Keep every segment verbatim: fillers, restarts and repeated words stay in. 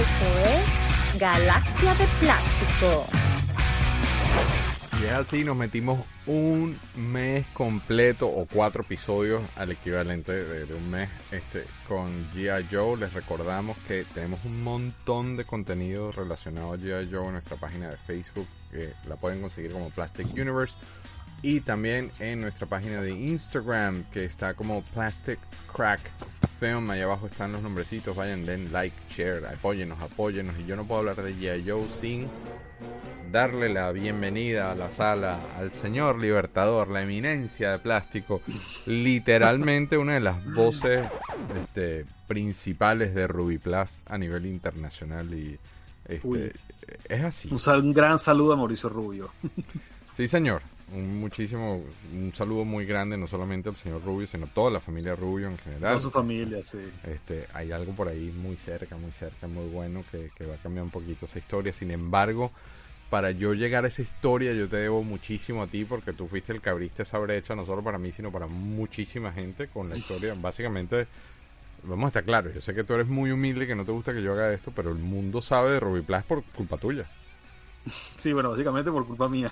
Esto es Galaxia de Plástico. Y es así, nos metimos un mes completo o cuatro episodios al equivalente de, de un mes este, con G I. Joe. Les recordamos que tenemos un montón de contenido relacionado a G I. Joe en nuestra página de Facebook, que la pueden conseguir como Plastic Universe, y también en nuestra página de Instagram, que está como Plastic Crack Film. Ahí abajo están los nombrecitos, vayan, den like, share, apóyennos, apóyennos. Y yo no puedo hablar de G I. Joe sin darle la bienvenida a la sala al señor Libertador, la eminencia de plástico, literalmente una de las voces este, principales de Ruby Plus a nivel internacional. Y este, es así. Un, sal, un gran saludo a Mauricio Rubio. Sí, señor. Un muchísimo, un saludo muy grande, no solamente al señor Rubio, sino a toda la familia Rubio en general. Toda su familia, sí. Este, hay algo por ahí muy cerca, muy cerca, muy bueno, que, que va a cambiar un poquito esa historia. Sin embargo, para yo llegar a esa historia, yo te debo muchísimo a ti, porque tú fuiste el que abriste esa brecha, no solo para mí, sino para muchísima gente con la historia. Básicamente, vamos a estar claros, yo sé que tú eres muy humilde y que no te gusta que yo haga esto, pero el mundo sabe de Ruby Plus por culpa tuya. Sí, bueno, básicamente por culpa mía.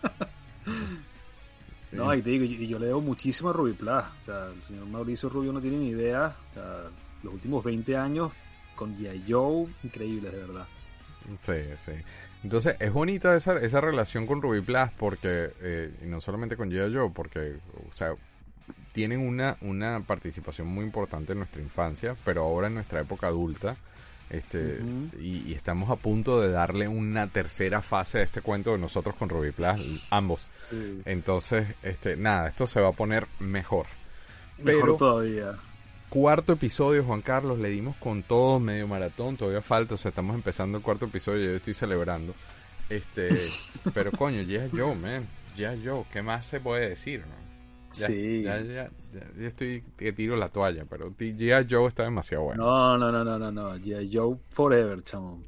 No, y te digo, y yo le debo muchísimo a Ruby Plus. O sea, el señor Mauricio Rubio no tiene ni idea. O sea, los últimos veinte años con G I. Joe, increíbles, de verdad. Sí, sí. Entonces, es bonita esa, esa relación con Ruby Plus, porque, eh, y no solamente con G I. Joe, porque, o sea, tienen una, una participación muy importante en nuestra infancia, pero ahora en nuestra época adulta. Este, uh-huh. y, y estamos a punto de darle una tercera fase de este cuento de nosotros con Ruby Plus, ambos. Sí. Entonces, este, nada, esto se va a poner mejor. Mejor Pero, todavía. Cuarto episodio, Juan Carlos, le dimos con todo, medio maratón, todavía falta, o sea, estamos empezando el cuarto episodio y yo estoy celebrando. Este, pero coño, G I. Joe, man, G I. Joe, ¿qué más se puede decir, no? Ya, sí. Ya, ya, ya, ya estoy que tiro la toalla, pero G I. Joe está demasiado bueno. No, no, no, no, no, no. G I. Joe forever, chamo.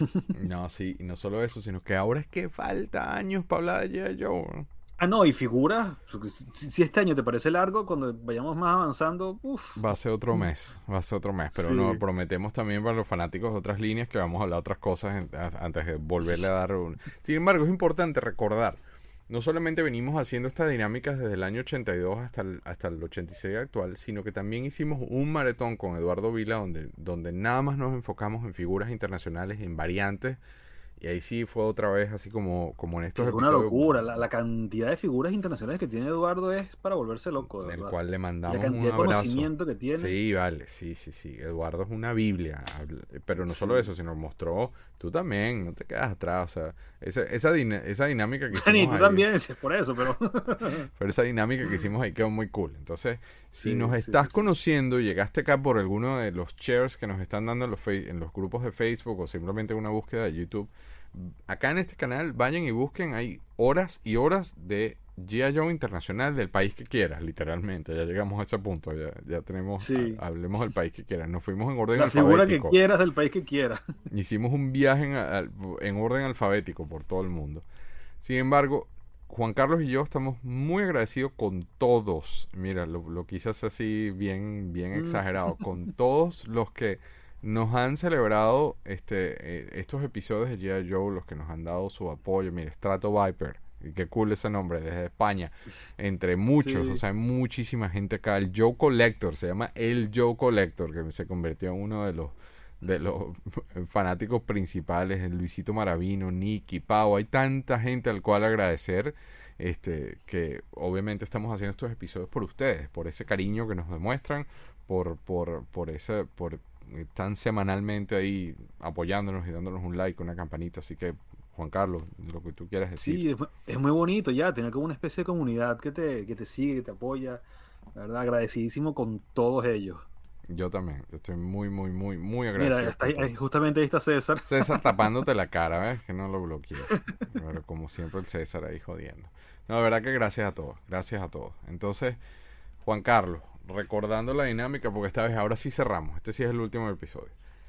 No, sí, y no solo eso, sino que ahora es que falta años para hablar de G I. Joe, ¿no? Ah, no, y figuras. Si, si este año te parece largo, cuando vayamos más avanzando, uff. Va a ser otro mes, va a ser otro mes, pero sí. Nos prometemos también para los fanáticos de otras líneas que vamos a hablar otras cosas en, a, antes de volverle a dar un... Sin embargo, es importante recordar, no solamente venimos haciendo estas dinámicas desde el año ochenta y dos hasta el, hasta el ochenta y seis actual, sino que también hicimos un maratón con Eduardo Vila donde, donde nada más nos enfocamos en figuras internacionales, en variantes. Y ahí sí fue otra vez así como, como en estos es episodios. Es una locura. La, la cantidad de figuras internacionales que tiene Eduardo es para volverse loco. De del verdad. cual le mandamos la cantidad un abrazo. De conocimiento que tiene. Sí, vale. Sí, sí, sí. Eduardo es una biblia. Pero no sí. solo eso, sino mostró... Tú también, no te quedas atrás. O sea, esa, esa, din- esa dinámica que hicimos Y tú ahí, también, si es por eso, pero... pero esa dinámica que hicimos ahí quedó muy cool. Entonces, si sí, nos sí, estás sí, conociendo y llegaste acá por alguno de los shares que nos están dando en los, fe- en los grupos de Facebook o simplemente una búsqueda de YouTube, acá en este canal vayan y busquen, hay horas y horas de G I. Joe internacional del país que quieras, literalmente. Ya llegamos a ese punto, ya, ya tenemos, sí. a, hablemos del país que quieras. Nos fuimos en orden La alfabético. La figura que quieras del país que quieras. Hicimos un viaje en, a, en orden alfabético por todo el mundo. Sin embargo, Juan Carlos y yo estamos muy agradecidos con todos. Mira, lo, lo quizás así bien, bien exagerado, con todos los que nos han celebrado este, eh, estos episodios de G I. Joe, los que nos han dado su apoyo. Mira, Strato Viper, qué cool ese nombre, desde España, entre muchos, sí. O sea, hay muchísima gente acá. El Joe Collector, se llama el Joe Collector, que se convirtió en uno de los de los fanáticos principales, el Luisito Maravino, Nicky, Pau, hay tanta gente al cual agradecer, este, que obviamente estamos haciendo estos episodios por ustedes, por ese cariño que nos demuestran, por, por, por ese, por están semanalmente ahí apoyándonos y dándonos un like, una campanita, así que Juan Carlos, lo que tú quieras decir. Sí, es, es muy bonito ya, tener como una especie de comunidad que te, que te sigue, que te apoya, la verdad, agradecidísimo con todos ellos. Yo también, yo estoy muy, muy, muy, muy agradecido. Mira, está ahí, ahí, justamente ahí está César. César tapándote la cara, ¿ves? Que no lo bloqueé. Pero como siempre el César ahí jodiendo. No, de verdad que gracias a todos, gracias a todos. Entonces, Juan Carlos, recordando la dinámica, porque esta vez ahora sí cerramos, este sí es el último episodio.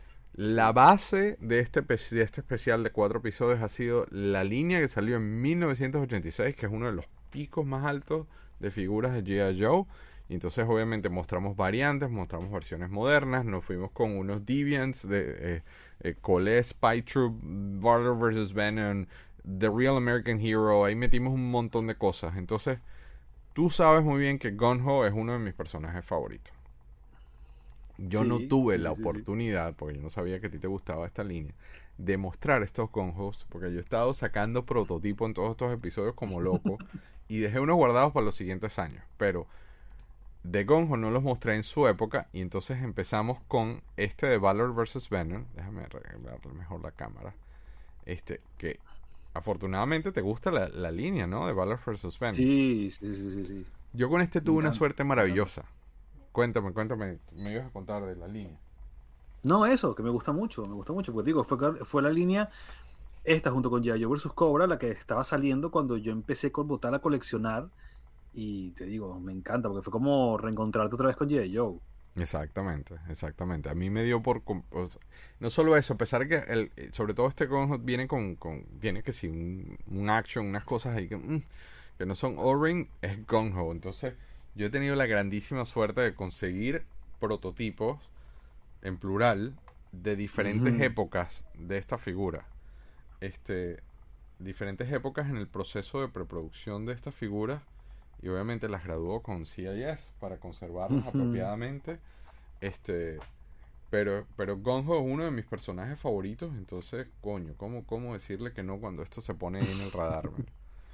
La base de este, de este especial de cuatro episodios ha sido la línea que salió en mil novecientos ochenta y seis, que es uno de los picos más altos de figuras de G I. Joe. Y entonces obviamente mostramos variantes, mostramos versiones modernas, nos fuimos con unos deviants de eh, eh, Cole, Spy Troop, Valor versus. Venom, The Real American Hero, ahí metimos un montón de cosas. Entonces, tú sabes muy bien que Gung-Ho es uno de mis personajes favoritos. Yo Sí, no tuve sí, la sí, sí, sí. oportunidad, porque yo no sabía que a ti te gustaba esta línea, de mostrar estos Gung-Hos, porque yo he estado sacando prototipos en todos estos episodios como loco, y dejé unos guardados para los siguientes años, pero de Gung-Ho no los mostré en su época, y entonces empezamos con este de Valor versus. Venom. Déjame arreglar mejor la cámara. Este, que afortunadamente te gusta la, la línea, ¿no? De Valor versus. Venom. Sí, sí, sí, sí, sí. Yo con este Me tuve una encanta, suerte me encanta. maravillosa. Cuéntame, cuéntame, me ibas a contar de la línea. No, eso, que me gusta mucho, me gusta mucho, porque digo, fue, fue la línea esta junto con G I. Joe versus. Cobra la que estaba saliendo cuando yo empecé con botar a coleccionar y te digo, me encanta, porque fue como reencontrarte otra vez con G I. Joe. Exactamente, exactamente. A mí me dio por... com- o sea, no solo eso, a pesar que el, eh, sobre todo este Gung-Ho viene con, con... Tiene que sí, un, un action, unas cosas ahí que, mm, que no son O-Ring, es Gung-Ho. Entonces, yo he tenido la grandísima suerte de conseguir prototipos, en plural, de diferentes Ujú. épocas de esta figura. Este, diferentes épocas en el proceso de preproducción de estas figuras y obviamente las graduó con C I S para conservarlas Ujú. apropiadamente. Este, pero, pero Gung-Ho es uno de mis personajes favoritos, entonces, coño, ¿cómo, cómo decirle que no cuando esto se pone ahí en el radar, man?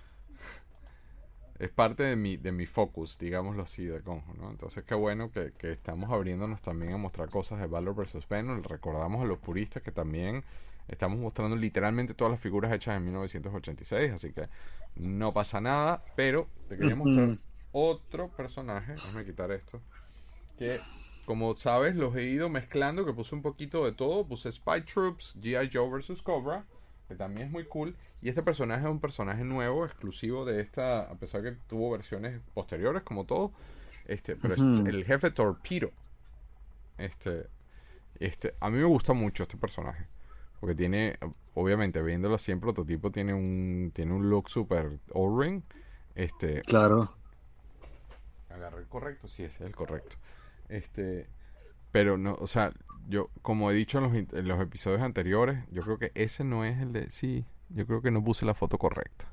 Es parte de mi, de mi focus, digámoslo así, de Gung-Ho, ¿no? Entonces, qué bueno que, que estamos abriéndonos también a mostrar cosas de Valor versus. Venom. Recordamos a los puristas que también estamos mostrando literalmente todas las figuras hechas en mil novecientos ochenta y seis, así que no pasa nada, pero te quería mostrar Ujú. otro personaje, déjame quitar esto, que como sabes los he ido mezclando, que puse un poquito de todo, puse Spy Troops, G I. Joe versus. Cobra, que también es muy cool, y este personaje es un personaje nuevo, exclusivo de esta, a pesar que tuvo versiones posteriores como todo, este, pero es Ujú. el jefe Torpedo. Este, este, a mí me gusta mucho este personaje, porque tiene, obviamente, viéndolo así en prototipo, tiene un, tiene un look super O-Ring. Este, Claro. agarré el correcto, sí, ese es el correcto. Este, pero no, o sea, yo, como he dicho en los, in- en los episodios anteriores, yo creo que ese no es el de, sí, yo creo que no puse la foto correcta.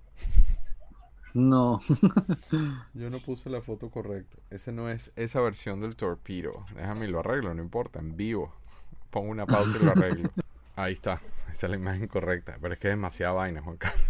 No. Yo no puse la foto correcta. Ese no es esa versión del Torpedo. Déjame y lo arreglo, no importa, en vivo. Pongo una pausa y lo arreglo. Ahí está, esa es la imagen correcta. Pero es que es demasiada vaina, Juan Carlos.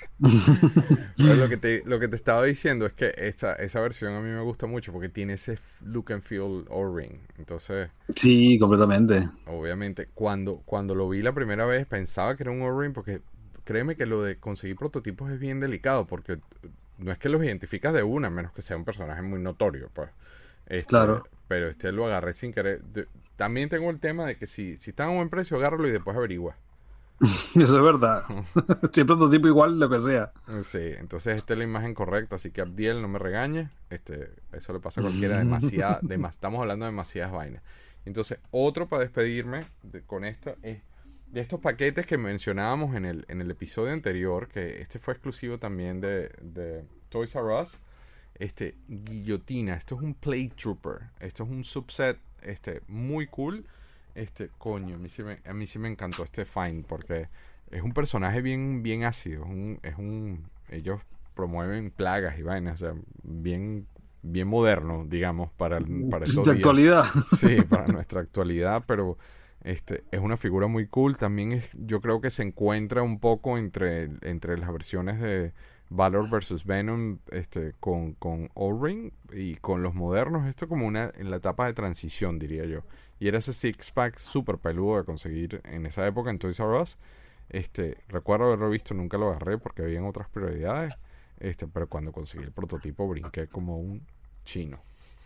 Pero lo que te, lo que te estaba diciendo es que esta, esa versión a mí me gusta mucho porque tiene ese look and feel O-Ring. Entonces, Sí, completamente. obviamente, cuando, cuando lo vi la primera vez pensaba que era un O-Ring porque créeme que lo de conseguir prototipos es bien delicado porque no es que los identificas de una, a menos que sea un personaje muy notorio, pues. Este, Claro. pero este lo agarré sin querer. De- también tengo el tema de que si, si está a un buen precio, agárralo y después averigua. Eso es verdad. Siempre otro tipo igual, lo que sea. Sí, entonces esta es la imagen correcta, así que Abdiel no me regañe, este, eso le pasa a cualquiera, demasiada, demas- estamos hablando de demasiadas vainas. Entonces, otro para despedirme de- con esta es de estos paquetes que mencionábamos en el, en el episodio anterior, que este fue exclusivo también de, de Toys R Us, este, Guillotina, esto es un Play Trooper, esto es un subset, este, muy cool, este, coño, a mí sí me, a mí sí me encantó este find, porque es un personaje bien, bien ácido. Es un, es un, ellos promueven plagas y vainas, o sea, bien, bien moderno, digamos, para, el- para estos De días. actualidad. Sí, para nuestra actualidad, pero este es una figura muy cool. También es, yo creo que se encuentra un poco entre, entre las versiones de Valor versus. Venom, este, con, con O-Ring y con los modernos. Esto como una, en la etapa de transición, diría yo. Y era ese six pack súper peludo de conseguir en esa época en Toys R Us. Este, recuerdo haberlo visto, nunca lo agarré porque habían otras prioridades. Este, pero cuando conseguí el prototipo brinqué como un chino.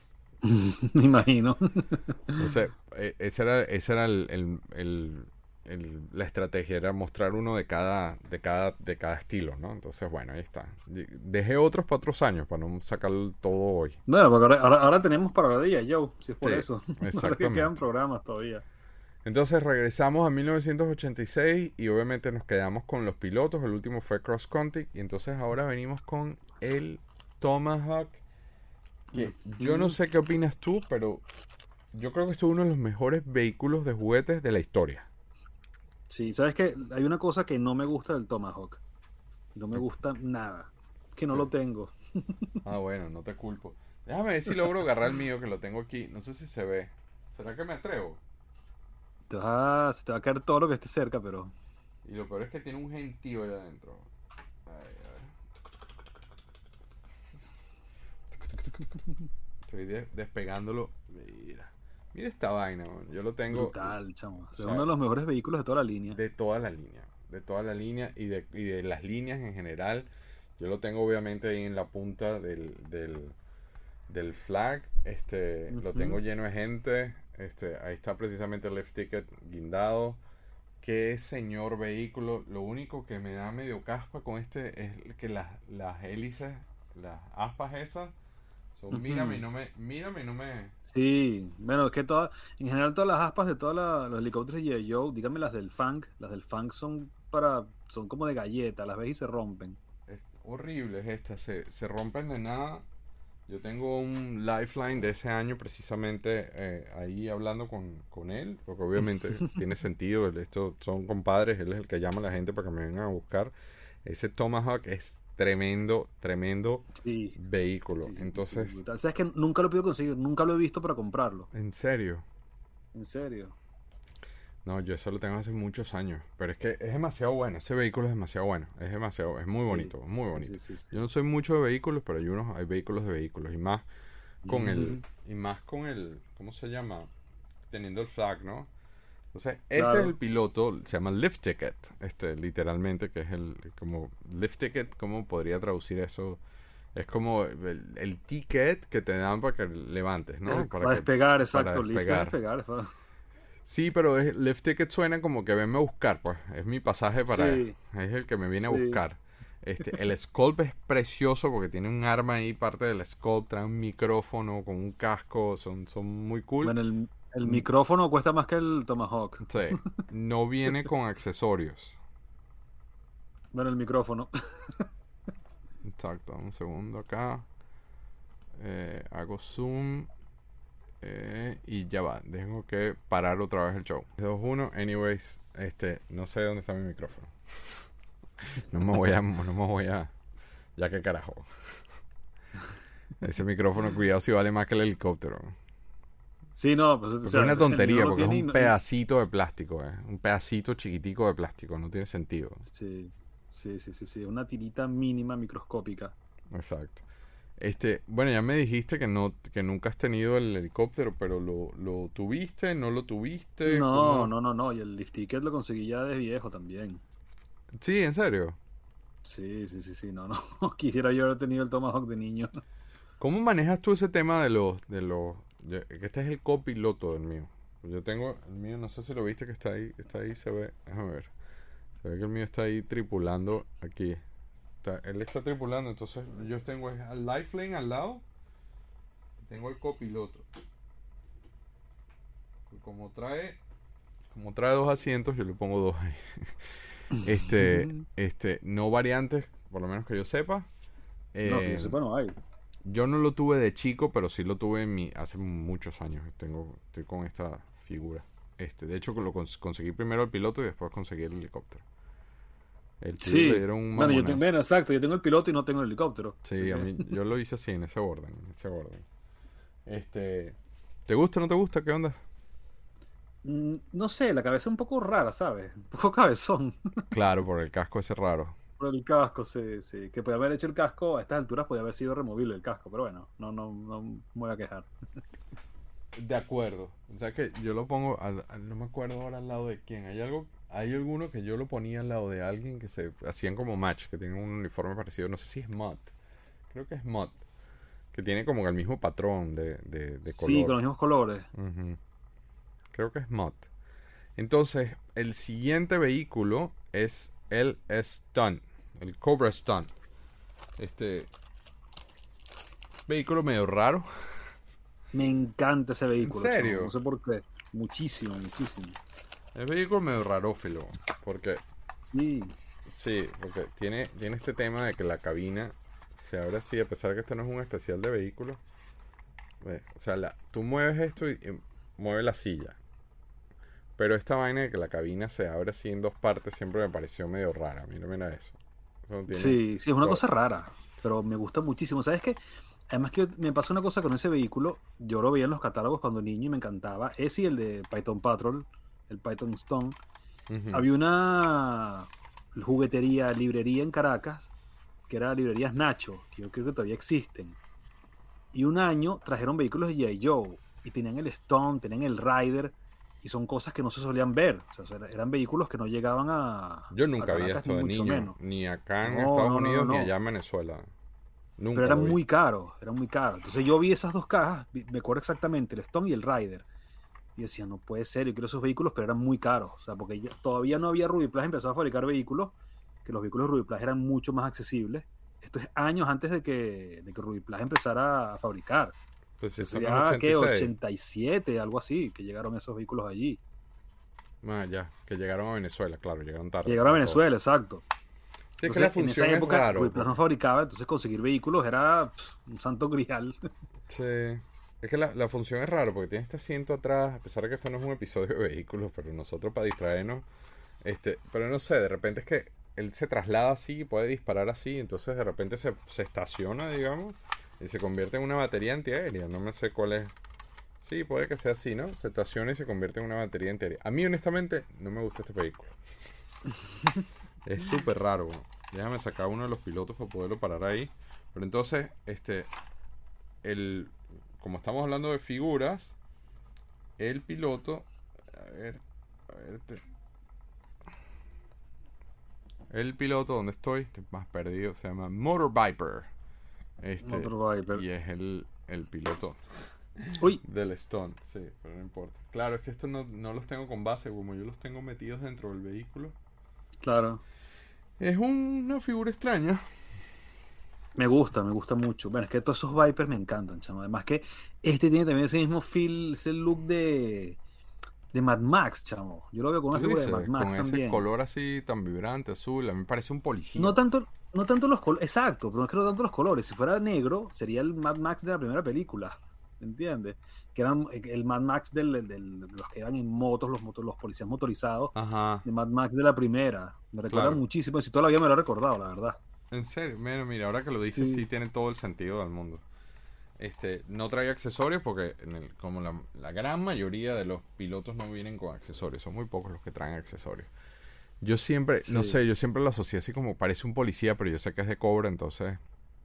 Me imagino. Entonces, eh, ese era, ese era el, el- el- el- la estrategia, era mostrar uno de cada, de cada, de cada estilo, ¿no? Entonces, bueno, ahí está. De- Dejé otros para otros años, para no sacar todo hoy. Bueno, porque ahora, ahora, ahora tenemos para hablar de G I. Joe, si es por Sí, eso. Ahora que quedan exactamente. programas todavía. Entonces regresamos a mil novecientos ochenta y seis y obviamente nos quedamos con los pilotos. El último fue Cross Country y entonces ahora venimos con el Tomahawk que yo no sé qué opinas tú, pero yo creo que esto es uno de los mejores vehículos de juguetes de la historia. Sí, sabes que hay una cosa que no me gusta del Tomahawk. No me gusta nada. Que no lo tengo. Ah, bueno, no te culpo. Déjame ver si logro agarrar el mío, que lo tengo aquí. No sé si se ve. ¿Será que me atrevo? Te vas a- se te va a caer todo lo que esté cerca, pero. Y lo peor es que tiene un gentío allá adentro. Ay, ay. Estoy de- despegándolo. Mira. Mira esta vaina, man. Yo lo tengo. Brutal, chamo. o Es sea, uno de los mejores vehículos de toda la línea. de toda la línea. De toda la línea y de, y de las líneas en general. Yo lo tengo obviamente ahí en la punta del, del, del flag. Este, lo Ujú. tengo lleno de gente. Este, ahí está precisamente el lift ticket guindado. Qué señor vehículo. Lo único que me da medio caspa con este es que las, las hélices, las aspas esas, son Ujú. mírame y no me, mírame y no me. Sí, bueno, es que todas, en general todas las aspas de todos los helicópteros de G I. Joe, dígame las del Fang, las del Fang son para, son como de galleta, las ves y se rompen. Es horrible es esta, se, se rompen de nada. Yo tengo un lifeline de ese año precisamente eh, ahí hablando con, con él, porque obviamente tiene sentido, él- estos son compadres, él es el que llama a la gente para que me vengan a buscar. Ese Tomahawk es tremendo, tremendo Sí, vehículo. sí, sí, sí, sí, Entonces, brutal. Sabes que nunca lo he podido conseguir, nunca lo he visto para comprarlo. en serio, En serio. no, yo eso lo tengo hace muchos años, pero es que es demasiado bueno, ese vehículo es demasiado bueno, es demasiado, es muy Sí, bonito, muy sí, bonito. sí, sí, sí. Yo no soy mucho de vehículos, pero hay unos, hay vehículos de vehículos y más con el, Ujú. y más con el, ¿cómo se llama? Teniendo el flag, ¿no? Entonces, este es el Claro. piloto, se llama lift ticket, este, literalmente, que es el, como, lift ticket, ¿cómo podría traducir eso? Es como el, el ticket que te dan para que levantes, ¿no? Eh, Para Para que, despegar, para exacto. Lift es despegar. despegar. es para- Sí, pero es, lift ticket suena como que venme a buscar, pues, es mi pasaje para, Sí, es el que me viene a sí. buscar. Este, el sculpt es precioso porque tiene un arma ahí, parte del sculpt, trae un micrófono con un casco, son, son muy cool. Bueno, el, el Mm, micrófono cuesta más que el Tomahawk. Sí, no viene con accesorios. Bueno, el micrófono. Exacto, un segundo acá. Eh, hago zoom. eh, y ya va. Tengo que parar otra vez el show. dos, uno. Anyways, este, no sé dónde está mi micrófono. No me voy a. No me voy a. Ya que carajo. Ese micrófono, cuidado si vale más que el helicóptero. Sí, no, pues, o Porque es sea, una el mío tontería, no lo porque es tiene y un no- y- pedacito de plástico, eh. Un pedacito chiquitico de plástico. No tiene sentido. Sí, sí, sí, sí, sí. Una tirita mínima microscópica. Exacto. Este, bueno, ya me dijiste que no, que nunca has tenido el helicóptero, pero lo, lo tuviste, no lo tuviste, No, ¿cómo? no, no, no. Y el lift ticket lo conseguí ya de viejo también. Sí, en serio. Sí, sí, sí, sí. No, no. Quisiera yo haber tenido el Tomahawk de niño. ¿Cómo manejas tú ese tema de los, de los, yo- que este es el copiloto del mío? Yo tengo el mío, no sé si lo viste que está ahí, está ahí, se ve, déjame ver. Se ve que el mío está ahí tripulando aquí. Está- él está tripulando, entonces yo tengo el lifeline al lado, tengo el copiloto. Y como trae, como trae dos asientos, yo le pongo dos ahí. Este, este, no variantes, por lo menos que yo sepa. No, que yo Eh, sepa, no hay. yo no lo tuve de chico, pero sí lo tuve en mi, hace muchos años. Tengo, estoy con esta figura. Este, de hecho, lo cons- conseguí primero el piloto y después conseguí el helicóptero. El tuyo le Sí. dieron un Bueno, yo tengo, mamonazo. bueno, exacto. Yo tengo el piloto y no tengo el helicóptero. Así Sí, a que, mí, yo lo hice así, en ese orden, en ese orden. Este, ¿te gusta o no te gusta? ¿Qué onda? mm, no sé, la cabeza es un poco rara, ¿sabes? Un poco cabezón. Claro, por el casco ese raro. Por el casco, sí, sí. Que puede haber hecho el casco, a estas alturas puede haber sido removible el casco, pero bueno, no, no, no me voy a quejar. De acuerdo. O sea que yo lo pongo, al- al- no me acuerdo ahora al lado de quién. Hay algo, hay alguno que yo lo ponía al lado de alguien que se hacían como match, que tienen un uniforme parecido. No sé si es Mod. Creo que es Mod. Que tiene como el mismo patrón de, de, de Sí, con color. los mismos colores. Ujú. Creo que es Mod. Entonces, el siguiente vehículo es el Stun. El Cobra Stun. Este vehículo medio raro. Me encanta ese vehículo, chamo, serio? no sé por qué. Muchísimo, muchísimo. El vehículo medio rarófilo. Porque Sí, sí, porque tiene, tiene este tema de que la cabina se abre así, a pesar de que esto no es un especial de vehículos. Ve, o sea, la, tú mueves esto y, y mueves la silla. Pero esta vaina de que la cabina se abre así en dos partes siempre me pareció medio rara. Mira, mira eso. Eso no tiene Sí, sí, es una todo. cosa rara, pero me gusta muchísimo. ¿Sabes qué? Además que me pasó una cosa con ese vehículo, yo lo veía en los catálogos cuando niño y me encantaba. Ese y el de Python Patrol, el Python Stone. Ujú. Había una juguetería, librería en Caracas, que era Librerías Nacho, que yo creo que todavía existen. Y un año trajeron vehículos de G I. Joe y tenían el Stone, tenían el Rider, y son cosas que no se solían ver. O sea, era- eran vehículos que no llegaban a, Yo a nunca vi Caracas, ni esto de mucho niño, menos. ni acá en No, Estados no, no, no, Unidos, ni no. allá en Venezuela. Pero Nunca eran lo vi. muy caros, eran muy caros. Entonces yo vi esas dos cajas, vi- me acuerdo exactamente, el Stone y el Rider. Y decía, no puede ser, yo quiero esos vehículos, pero eran muy caros. O sea, porque ya- todavía no había Ruby Plus empezó a fabricar vehículos, que los vehículos Ruby Plus eran mucho más accesibles. Esto es años antes de que, de que Ruby Plus empezara a fabricar. Pues si Eso eso no es sería, ochenta y ¿qué? seis. ochenta y siete, algo así, que llegaron esos vehículos allí. Ah, ya, que llegaron a Venezuela, claro, llegaron tarde, Llegaron a como todo. Venezuela, exacto. Sí, es que la Entonces, en esa función es época, raro, Ruby Plus no porque... fabricaba, entonces conseguir vehículos era pff, un santo grial. Sí. Es que la, la función es raro, porque tiene este asiento atrás, a pesar de que esto no es un episodio de vehículos, pero nosotros para distraernos, este, pero no sé, de repente es que él se traslada así, puede disparar así, entonces de repente se, se estaciona, digamos, y se convierte en una batería antiaérea, no me sé cuál es. Sí, puede que sea así, ¿no? Se estaciona y se convierte en una batería antiaérea. A mí, honestamente, no me gusta este vehículo. Es súper raro. Déjame sacar uno de los pilotos para poderlo parar ahí. Pero entonces, este, el, como estamos hablando de figuras, el piloto, a ver, a ver, te- el piloto, ¿dónde estoy? Estoy más perdido. Se llama Motor Viper. Este, Otro Viper. y es el, el piloto Uy, del Stone, sí, pero no importa. Claro, es que estos no, no los tengo con base, como yo los tengo metidos dentro del vehículo. claro. Es una figura extraña. Me gusta, me gusta mucho. Bueno, es que todos esos Vipers me encantan, chamo. Además que este tiene también ese mismo feel, ese look de, de Mad Max, chamo. Yo lo veo con una Tú figura de Mad dices, Max con ese también. color así tan vibrante, azul, a mí me parece un policía. No tanto, no tanto los colores, exacto, pero no es que no tanto los colores. Si fuera negro, sería el Mad Max de la primera película. ¿Entiendes? Que eran eh, el Mad Max del, del- del- de los que eran en motos, los, motos, los policías motorizados, Ajá, de Mad Max de la primera. Me recuerda claro. muchísimo. Si toda la vida me lo he recordado, la verdad. En serio, mira, mira, ahora que lo dices, sí Sí. tiene todo el sentido del mundo. Este, no trae accesorios porque en el, como la, la gran mayoría de los pilotos no vienen con accesorios, son muy pocos los que traen accesorios. Yo siempre, no Sí. sé, yo siempre lo asocié así como parece un policía, pero yo sé que es de cobre, entonces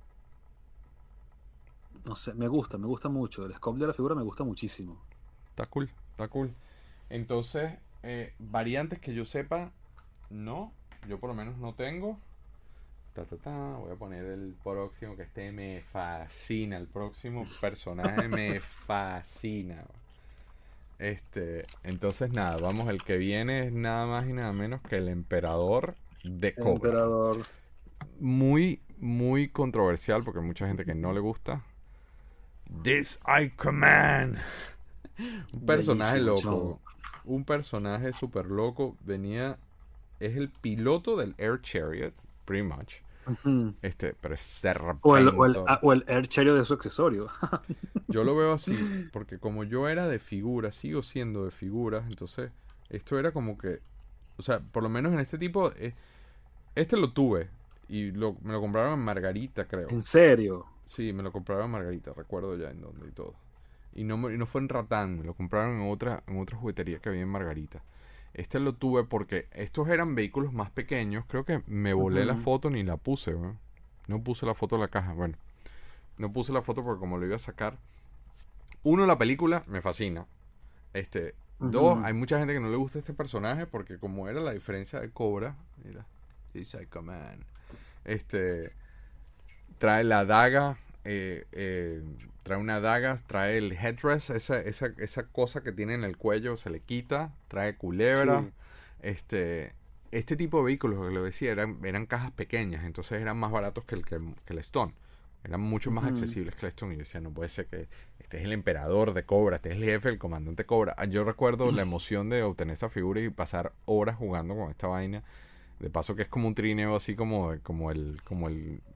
No sé, me gusta, me gusta mucho. El scope de la figura me gusta muchísimo. está cool, está cool. Entonces, eh, variantes que yo sepa, no, yo por lo menos no tengo. Ta, ta, ta, voy a poner el próximo que este me fascina, el próximo personaje me fascina. Este, entonces nada, vamos, el que viene es nada más y nada menos que el emperador de El Cobra. emperador. Muy, muy controversial porque hay mucha gente que no le gusta. This I command. Un personaje Bellísimo, loco. chavo. Un personaje súper loco. Venía. Es el piloto del Air Chariot, pretty much. Ujú. Este, pero es O el, o el, serpentor. ah, o el Air Chariot de su accesorio. Yo lo veo así, porque como yo era de figuras, sigo siendo de figuras, entonces esto era como que, o sea, por lo menos en este tipo, eh, este lo tuve y lo, me lo compraron en Margarita, creo. En serio. Sí, me lo compraron en Margarita, recuerdo ya en dónde y todo. Y no, me- y no fue en Ratán, me lo compraron en otra, en otra juguetería que había en Margarita. Este lo tuve porque estos eran vehículos más pequeños. Creo que me volé la Ujú. foto ni la puse, ¿no? No puse la foto de la caja. Bueno, no puse la foto porque como lo iba a sacar. Uno, la película me fascina. Este, dos, Ujú. hay mucha gente que no le gusta este personaje porque como era la diferencia de Cobra, mira, dice Psycho-Man. Este, trae la daga, eh, eh, trae una daga, trae el headdress, esa, esa, esa cosa que tiene en el cuello, se le quita, trae culebra. Sí. Este, este tipo de vehículos, lo que lo decía, eran, eran cajas pequeñas, entonces eran más baratos que el, que, que el Stone. Eran mucho más Ujú. accesibles que el Stone. Y yo decía, no puede ser que este es el emperador de Cobra, este es el jefe, el comandante Cobra. Ah, yo recuerdo la emoción de obtener esta figura y pasar horas jugando con esta vaina. De paso que es como un trineo así como, como el, como el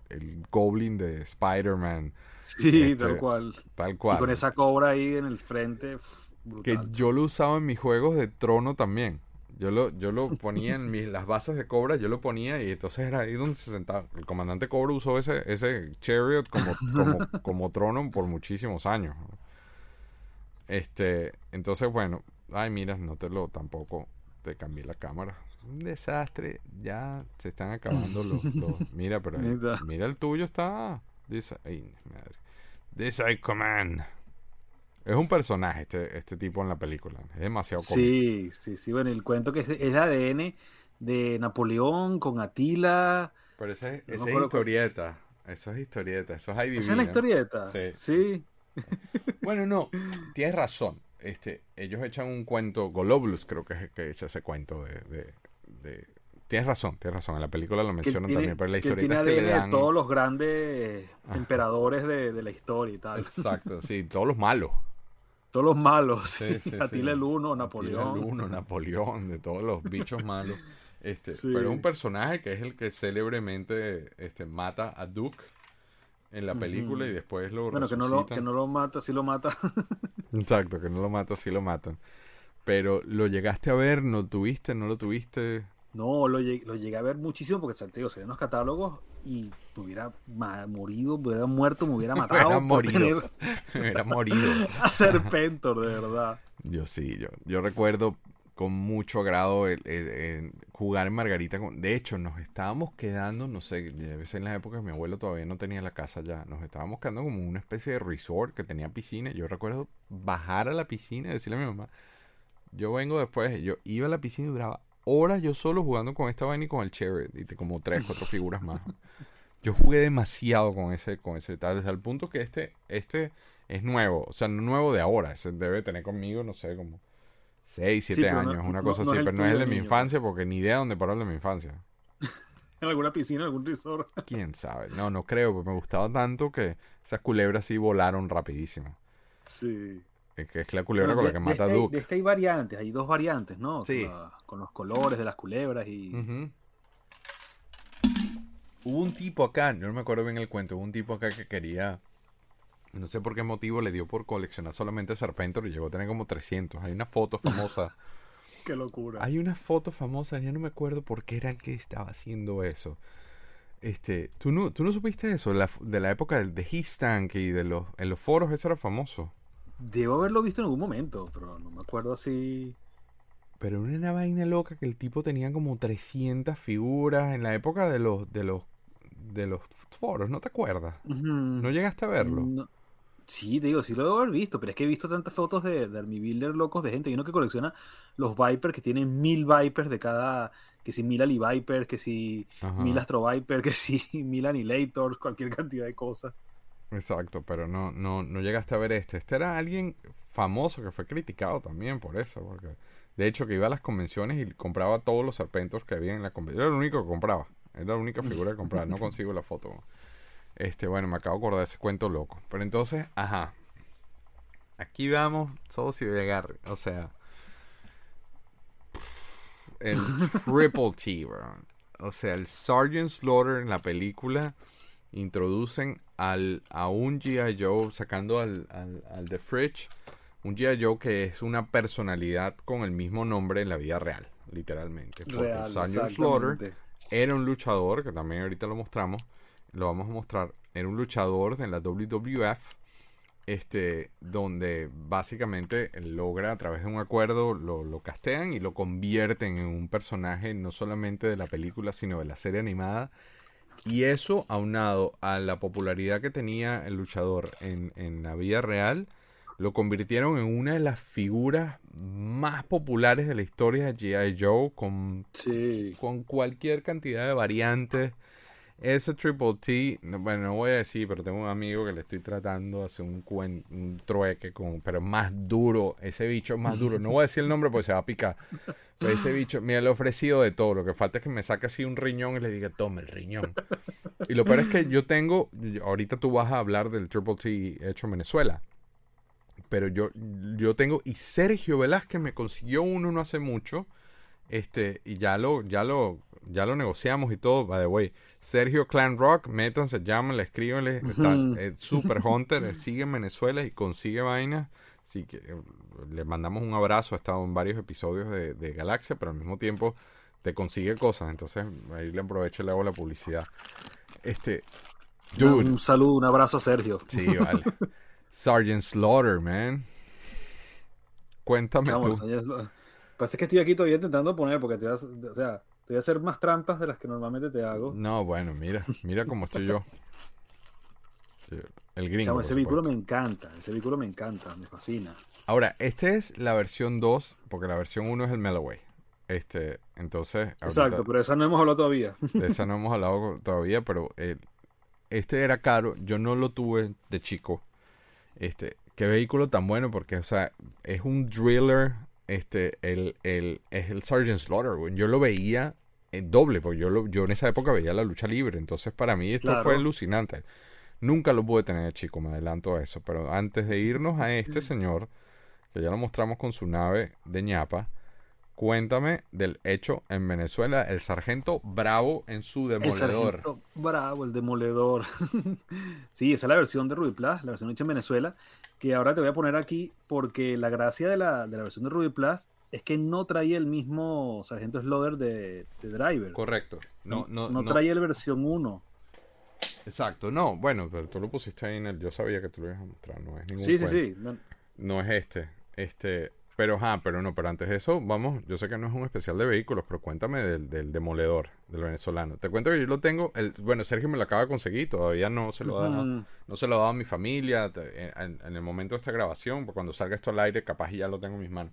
el Goblin de Spider-Man. Sí, Este, tal cual. Tal cual. Y con esa cobra ahí en el frente, pf, Que brutal. yo lo usaba en mis juegos de trono también. Yo lo, yo lo ponía en mis, las bases de Cobra, yo lo ponía y entonces era ahí donde se sentaba. El comandante Cobra usó ese, ese Chariot como, como, como trono por muchísimos años. Este, entonces bueno, ay mira, no te lo tampoco te cambié la cámara. Un desastre, ya se están acabando los, los mira, pero ahí, Neta. mira el tuyo está. Dice, ay, madre. This I command. Es un personaje este, este tipo en la película. Es demasiado cómico. Sí, sí, sí. Bueno, el cuento que es, es el A D N de Napoleón con Atila. Pero esa es, No me esa es acuerdo cuál- historieta. Eso es historieta. Eso es ¿Esa es la I D B, ¿no? historieta? Sí, sí. Sí. Bueno, no. Tienes razón. Este, ellos echan un cuento. Golobulus creo que es el que echa ese cuento de... de, de- Tienes razón, tienes razón. En la película lo Que él mencionan tiene, también. Pero la que él historieta tiene es que le A D N dan... de todos los grandes Ajá. emperadores de, de la historia y tal. Exacto, sí. Todos los malos. Todos los malos. Sí, sí, sí. Atila el Uno, Atila Napoleón. el Uno, Napoleón, de todos los bichos malos. Este, Sí. pero es un personaje que es el que célebremente este, mata a Duke en la película Ujú. y después lo Bueno, que no lo, que resucitan. no lo mata, sí lo mata. Exacto, que no lo mata, sí lo matan. Pero lo llegaste a ver, no tuviste, no lo tuviste. No, lo llegué, lo llegué a ver muchísimo porque te digo, salían los catálogos y me hubiera ma- morido, me hubiera muerto, me hubiera Me matado hubiera por morido. tener Me hubiera morido. a Serpentor, de verdad. Yo sí, yo, yo recuerdo con mucho agrado el, el- el jugar en Margarita. Con, de hecho, nos estábamos quedando, no sé, debe ser en las épocas que mi abuelo todavía no tenía la casa ya. Nos estábamos quedando como en una especie de resort que tenía piscina. Yo recuerdo bajar a la piscina y decirle a mi mamá, yo vengo después. Yo iba a la piscina y duraba horas yo solo jugando con esta vaina y con el Chariot. Y te- como tres, cuatro figuras más. Yo jugué demasiado con ese, con ese tal, desde el punto que este, este es nuevo. O sea, no nuevo de ahora. Ese debe tener conmigo, no sé, como seis, Sí, siete pero no, años, una no, cosa no así. es el Pero no es tuyo el de de mi niño, infancia porque ni idea dónde paró el de mi infancia. en alguna piscina, en algún resort. ¿Quién sabe? No, no creo, porque me gustaba tanto que esas culebras sí volaron rapidísimo. Sí. Es que es la culebra Bueno, con la de, que de mata a este, hay- de Duke. este hay variantes, hay dos variantes, ¿no? Con, Sí. la- con los colores de las culebras y... Ujú. Hubo un tipo acá, yo no me acuerdo bien el cuento, hubo un tipo acá que quería, no sé por qué motivo le dio por coleccionar solamente Serpentor y llegó a tener como trescientos. Hay una foto famosa. Qué locura. Hay una foto famosa, ya no me acuerdo por qué era el que estaba haciendo eso. Este, ¿tú no, tú no supiste eso? La f- de la época del- de Histank y de los, en los foros, eso era famoso. Debo haberlo visto en algún momento, pero no me acuerdo así. Pero era una vaina loca que el tipo tenía como trescientas figuras en la época de los, de los, de los foros, ¿no te acuerdas? Ujú. ¿No llegaste a verlo? No. Sí, te digo, sí lo debo haber visto, pero es que he visto tantas fotos de, de Army Builder locos de gente. Hay uno que colecciona los Vipers, que tienen mil Vipers de cada, que si mil Ali Vipers, que si mil Ajá, Astro Vipers, que si mil Annihilators, cualquier cantidad de cosas. exacto, pero no, no, no llegaste a ver este. Este era alguien famoso que fue criticado también por eso, porque de hecho que iba a las convenciones y compraba todos los serpentos que había en la convención. Era el único que compraba, era la única figura que compraba, no consigo la foto. Este, bueno, me acabo de acordar de ese cuento loco. Pero entonces, ajá. Aquí vamos, socio de agarre. O sea, el Triple T, bro. O sea, el Sergeant Slaughter en la película introducen al, a un G I. Joe sacando al, al, al The Fridge. Un G I. Joe que es una personalidad con el mismo nombre en la vida real, literalmente. Porque Real, el Sergeant Slaughter exactamente. era un luchador, que también ahorita lo mostramos, lo vamos a mostrar, era un luchador de la W W F, este, donde básicamente él logra a través de un acuerdo, lo, lo castean y lo convierten en un personaje no solamente de la película, sino de la serie animada. Y eso, aunado a la popularidad que tenía el luchador en, en la vida real, lo convirtieron en una de las figuras más populares de la historia de G I. Joe, con, Sí. con cualquier cantidad de variantes. Ese Triple T, no, bueno, no voy a decir, pero tengo un amigo que le estoy tratando de hacer un, cuen- un trueque con, pero más duro, ese bicho es más duro. No voy a decir el nombre porque se va a picar. Pero ese bicho, mira, le he ofrecido de todo. Lo que falta es que me saque así un riñón y le diga, toma el riñón. Y lo peor es que yo tengo, ahorita tú vas a hablar del Triple T hecho en Venezuela. Pero yo, yo tengo, y Sergio Velázquez me consiguió uno no hace mucho. Este, y ya lo, ya lo, ya lo negociamos y todo. By the way, Sergio Clan Rock, métanse, llámenle, escríbenle. Está eh, Super Hunter, eh, sigue en Venezuela y consigue vainas. Así que eh, le mandamos un abrazo. Ha estado en varios episodios de, de Galaxia, pero al mismo tiempo te consigue cosas. Entonces ahí le aprovecho y le hago la publicidad. Este, dude. Un saludo, un abrazo a Sergio. Sí, vale. Sergeant Slaughter, man. Cuéntame Chamo, tú. Sergeant- Parece que estoy aquí todavía intentando poner, porque te vas, o sea, te voy a hacer más trampas de las que normalmente te hago. No, bueno, mira, mira cómo estoy yo. Sí, el gringo, Chamo, por ese vehículo me supuesto. encanta, ese vehículo me encanta, me fascina. Ahora, esta es la versión dos, porque la versión uno es el Melloway. Este, entonces, Exacto, ahorita pero de esa no hemos hablado todavía. de esa no hemos hablado todavía, pero eh, este era caro. Yo no lo tuve de chico. Este, qué vehículo tan bueno, porque, o sea, es un driller. Este, el, el, es el Sergeant Slaughter, güey. Yo lo veía en doble, porque yo, lo, yo en esa época veía la lucha libre. Entonces, para mí esto Claro. fue alucinante. Nunca lo pude tener de chico, me adelanto a eso. Pero antes de irnos a este señor, que ya lo mostramos con su nave de ñapa, cuéntame del hecho en Venezuela, el Sargento Bravo en su El demoledor. sargento bravo, el demoledor. Sí, esa es la versión de Ruby Plus, la versión hecha en Venezuela, que ahora te voy a poner aquí porque la gracia de la, de la versión de Ruby Plus es que no traía el mismo sargento Slaughter de, de Driver. Correcto. No, no, no no. traía la versión uno. Exacto, no, bueno, pero tú lo pusiste ahí en el. Yo sabía que tú lo ibas a mostrar, no es ningún Sí, sí, cuento. sí. No- No es este. Este. Pero, ajá, pero no, pero antes de eso, vamos, yo sé que no es un especial de vehículos, pero cuéntame del, del demoledor, del venezolano. Te cuento que yo lo tengo, el, bueno, Sergio me lo acaba de conseguir, todavía no se lo ha dado, Ujú. no se lo ha dado a mi familia, te- en, en el momento de esta grabación, porque cuando salga esto al aire, capaz ya lo tengo en mis manos.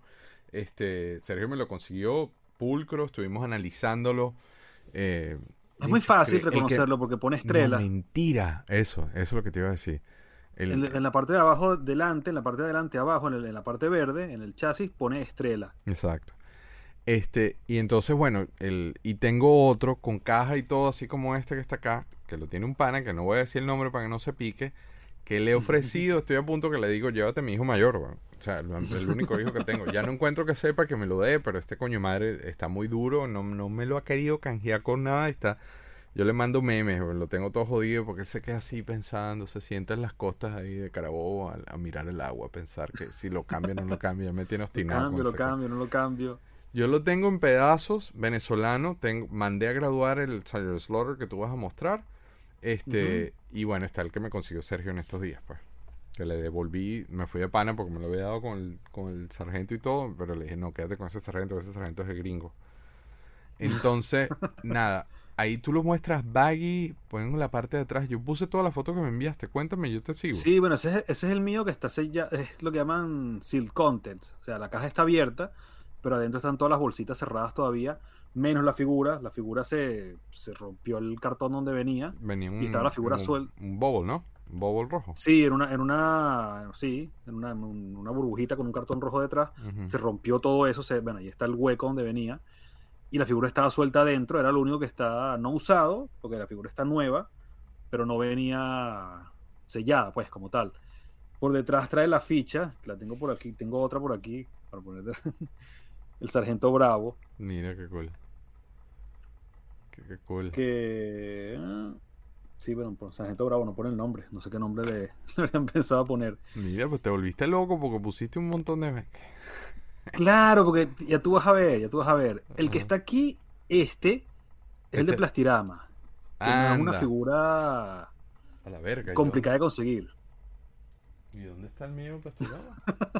Este, Sergio me lo consiguió pulcro, estuvimos analizándolo. eh, Es de muy hecho, fácil cre- el que- reconocerlo porque pone No, estrella. mentira, eso, eso es lo que te iba a decir. El- En, en la parte de abajo, delante, en la parte de adelante, abajo, en, el- en la parte verde, en el chasis, pone estrella. Exacto. Este, y entonces, bueno, el, y tengo otro con caja y todo, así como este que está acá, que lo tiene un pana, que no voy a decir el nombre para que no se pique, que le he ofrecido, estoy a punto que le digo, llévate a mi hijo mayor, weón. O sea, el, el único hijo que tengo. Ya no encuentro que sepa que me lo dé, pero este coño madre está muy duro, no, no me lo ha querido canjear con nada, y está... Yo le mando memes, weón, lo tengo todo jodido porque él se queda así pensando, se sienta en las costas ahí de Carabobo a, a mirar el agua, a pensar que si lo cambia o no lo cambia, ya me tiene Lo obstinado con cambio, lo ese co- cambio, no lo cambio. Yo lo tengo en pedazos, venezolano. Tengo, mandé a graduar el Sergeant Slaughter que tú vas a mostrar. Este, y bueno, está el que me consiguió Sergio en estos días, pues. Que le devolví, me fui de pana porque me lo había dado con el, con el sargento y todo, pero le dije, no, quédate con ese sargento, ese sargento es el gringo. Entonces, nada, ahí tú lo muestras baggy, ponen la parte de atrás. Yo puse todas las fotos que me enviaste, cuéntame, yo te sigo. Sí, bueno, ese es, ese es el mío que está sellado, es lo que llaman seal contents. O sea, la caja está abierta, pero adentro están todas las bolsitas cerradas todavía, menos la figura. La figura se, se rompió el cartón donde venía. Venía un, Y estaba la figura un, suelta. un bobble, ¿no? Un bobble rojo. Sí, en una, en una, sí, en una, en una burbujita con un cartón rojo detrás. Ujú. Se rompió todo eso, se, bueno, ahí está el hueco donde venía. Y la figura estaba suelta adentro, era lo único que está no usado, porque la figura está nueva, pero no venía sellada, pues, como tal. Por detrás trae la ficha, que la tengo por aquí, tengo otra por aquí, para poner el Sargento Bravo, Mira qué cool. Qué, qué cool. que... ah, sí, bueno, por Sargento Bravo no pone el nombre, no sé qué nombre le, le habrían pensado a poner. Mira, pues te volviste loco porque pusiste un montón de... Claro, porque ya tú vas a ver, ya tú vas a ver. El que Ajá. está aquí, este, es el de Este- Plastirama, que no es una Anda, figura a la verga. yo- complicada de conseguir. ¿Y dónde está el mío plastirama?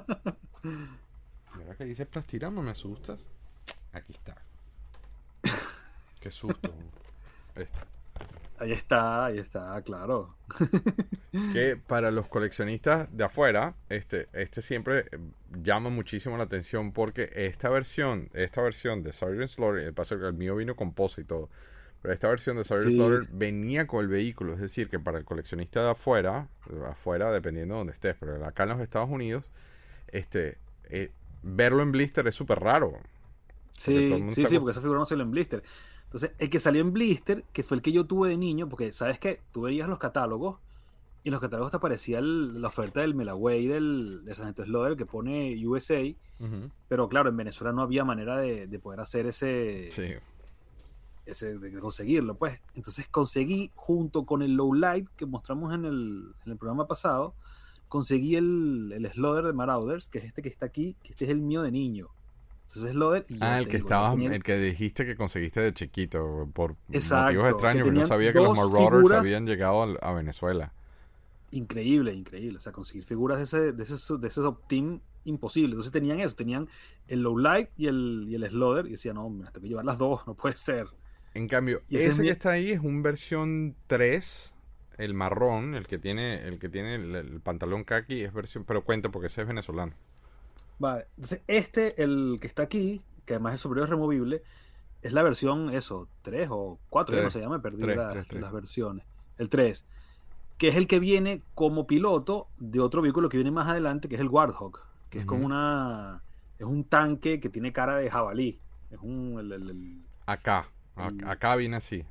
Mira que dice plastirama, ¿me asustas? Aquí está. Qué susto. Este. Ahí está, ahí está, claro. Que para los coleccionistas de afuera, este, este siempre eh, llama muchísimo la atención porque esta versión, esta versión de Sergeant Slaughter, el paso que el mío vino con posa y todo, pero esta versión de Sergeant Sí. Slaughter venía con el vehículo, es decir, que para el coleccionista de afuera, afuera dependiendo de donde estés, pero acá en los Estados Unidos, este, eh, verlo en blister es súper raro. todo Sí, el mundo sí, está sí, acos- porque esa figura no salió en blister. Entonces, el que salió en blister, que fue el que yo tuve de niño, porque sabes que tú veías los catálogos y en los catálogos te aparecía el- la oferta del Melaway del, del Sargento Slaughter que pone U S A, Ujú. pero claro, en Venezuela no había manera de, de poder hacer ese, Sí. ese, de conseguirlo, pues. Entonces conseguí, junto con el Lowlight que mostramos en el, en el programa pasado, conseguí el, el Slaughter de Marauders, que es este que está aquí, que este es el mío de niño. Entonces Slaughter y yo Ah, el te que digo, yo estabas, tenía el- el que dijiste que conseguiste de chiquito, por motivos exacto, que extraños, que no tenían sabía que los dos Marauders figuras, habían llegado al- a Venezuela. increíble, increíble. O sea, conseguir figuras de ese, de ese, sub- de ese team imposible. Entonces tenían eso, tenían el Lowlight y el, y el Slaughter, y decían, no, me las tengo que llevar las dos, no puede ser. En cambio, Y ese es ese que mi, está ahí es un versión tres, el marrón, el que tiene el que tiene el, el pantalón kaki es versión, pero cuenta porque ese es venezolano. vale. Entonces este, el que está aquí, que además es superior removible, es la versión, eso, tres o cuatro, ya no Tres, sé, ya me perdí tres, las, tres, tres. las versiones. El tres, que es el que viene como piloto de otro vehículo que viene más adelante, que es el Warthog, que es como Ujú. una, es un tanque que tiene cara de jabalí. Es un, el, el- el- Acá, a- el- acá viene así,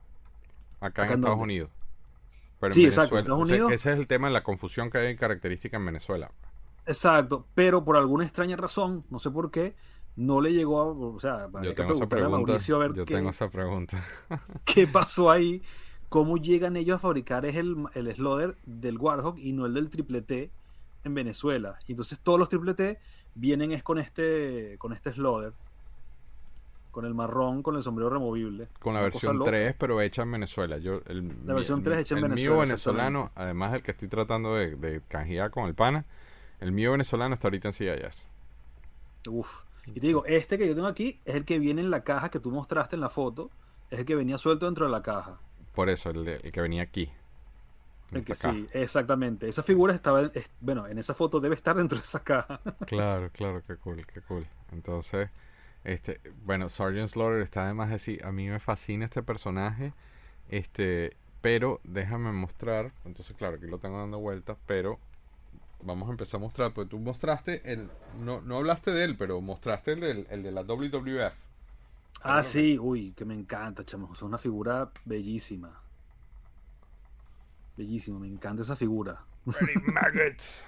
acá en ¿acá en Estados dónde? Unidos, pero en Sí, exacto, en Venezuela, Estados o sea, Unidos, ese es el tema de la confusión que hay característica en Venezuela. exacto, pero por alguna extraña razón, no sé por qué, no le llegó a, o sea, Yo habría que tengo esa preguntarle a pregunta, Mauricio a ver yo tengo qué, esa pregunta. qué pasó ahí, cómo llegan ellos a fabricar es el, el Slaughter del Warhawk y no el del Triple T en Venezuela. Y entonces todos los Triple T vienen es con este, con este Slaughter, con el marrón, con el sombrero removible. Con la Una cosa versión loca. tres, pero hecha en Venezuela. Yo, el, La mi- versión el- tres hecha en el Venezuela, mío venezolano, exactamente. además del que estoy tratando de, de canjear con el pana, el mío venezolano está ahorita en C I S. Uf. Y te digo, este que yo tengo aquí es el que viene en la caja que tú mostraste en la foto, es el que venía suelto dentro de la caja. Por eso, el, de- el que venía aquí, en El que esta caja. sí, exactamente. Esa figura estaba, es- bueno, en esa foto debe estar dentro de esa caja. Claro, claro, qué cool, qué cool. Entonces, este, bueno, Sergeant Slaughter está además así. A mí me fascina este personaje. Este, pero déjame mostrar. Entonces, claro, aquí lo tengo dando vueltas, pero vamos a empezar a mostrar. Pues tú mostraste el. No, no hablaste de él, pero mostraste el, del, el de la W W F. Ah, sí, uy, que me encanta, chamo. Es una figura bellísima. Bellísima, me encanta esa figura. Very maggots.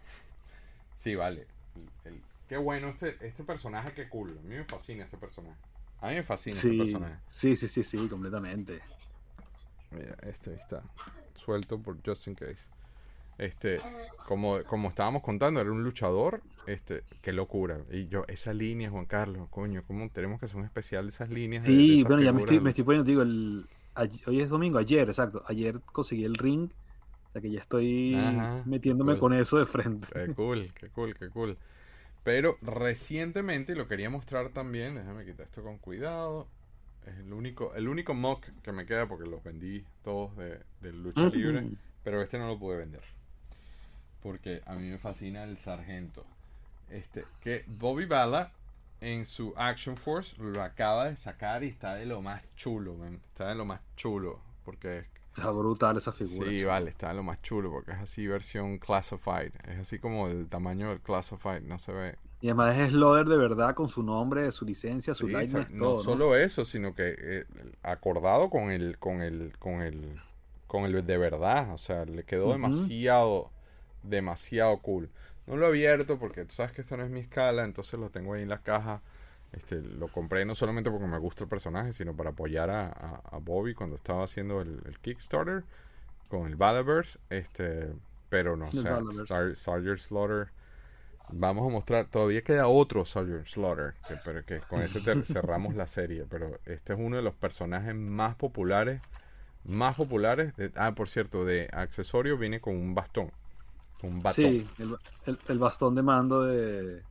Sí, vale. El- el- qué bueno este, este personaje, qué cool. A mí me fascina este personaje. A mí me fascina este Sí, personaje. sí, sí, sí, sí, completamente. Mira, este ahí está. Suelto por just in case. Este, como, como estábamos contando, era un luchador. Este, qué locura. Y yo, esa línea, Juan Carlos, coño, ¿cómo tenemos que hacer un especial de esas líneas? de- de Sí, esas bueno, ya me figuras estoy, del- me estoy poniendo, digo, el, ay- hoy es domingo, ayer, exacto. Ayer conseguí el ring, o sea que ya estoy Ajá, metiéndome cool. con eso de frente. Qué cool, qué cool, qué cool. Pero recientemente, y lo quería mostrar también, déjame quitar esto con cuidado. Es el único, el único mock que me queda porque los vendí todos de, de lucha libre. Mm. Pero este no lo pude vender. Porque a mí me fascina el sargento. Este, que Bobby Bala en su Action Force lo acaba de sacar y está de lo más chulo, man. Está de lo más chulo. Porque Está brutal esa figura. sí, chamo. vale, está de lo más chulo. Porque es así versión Classified. Es así como el tamaño del Classified. No se ve. Y además es Slaughter de verdad con su nombre, su licencia, su Sí, likeness, sa- no todo, ¿no? solo eso, sino que eh, acordado con el, con el, con el, con el de verdad. O sea, le quedó Ujú. demasiado, demasiado cool. No lo he abierto porque tú sabes que esto no es mi escala, entonces lo tengo ahí en la caja. Este, lo compré no solamente porque me gusta el personaje, sino para apoyar a, a- a Bobby cuando estaba haciendo el, el Kickstarter con el Balaverse. Este, pero no, o El sea, Balaverse. Sar- Sergeant Slaughter. Vamos a mostrar, todavía queda otro Sergeant Slaughter, que, pero que con ese ter- cerramos la serie, pero este es uno de los personajes más populares, más populares, de- ah, por cierto, de accesorio viene con un bastón, un batón. Sí, el, el- el bastón de mando de,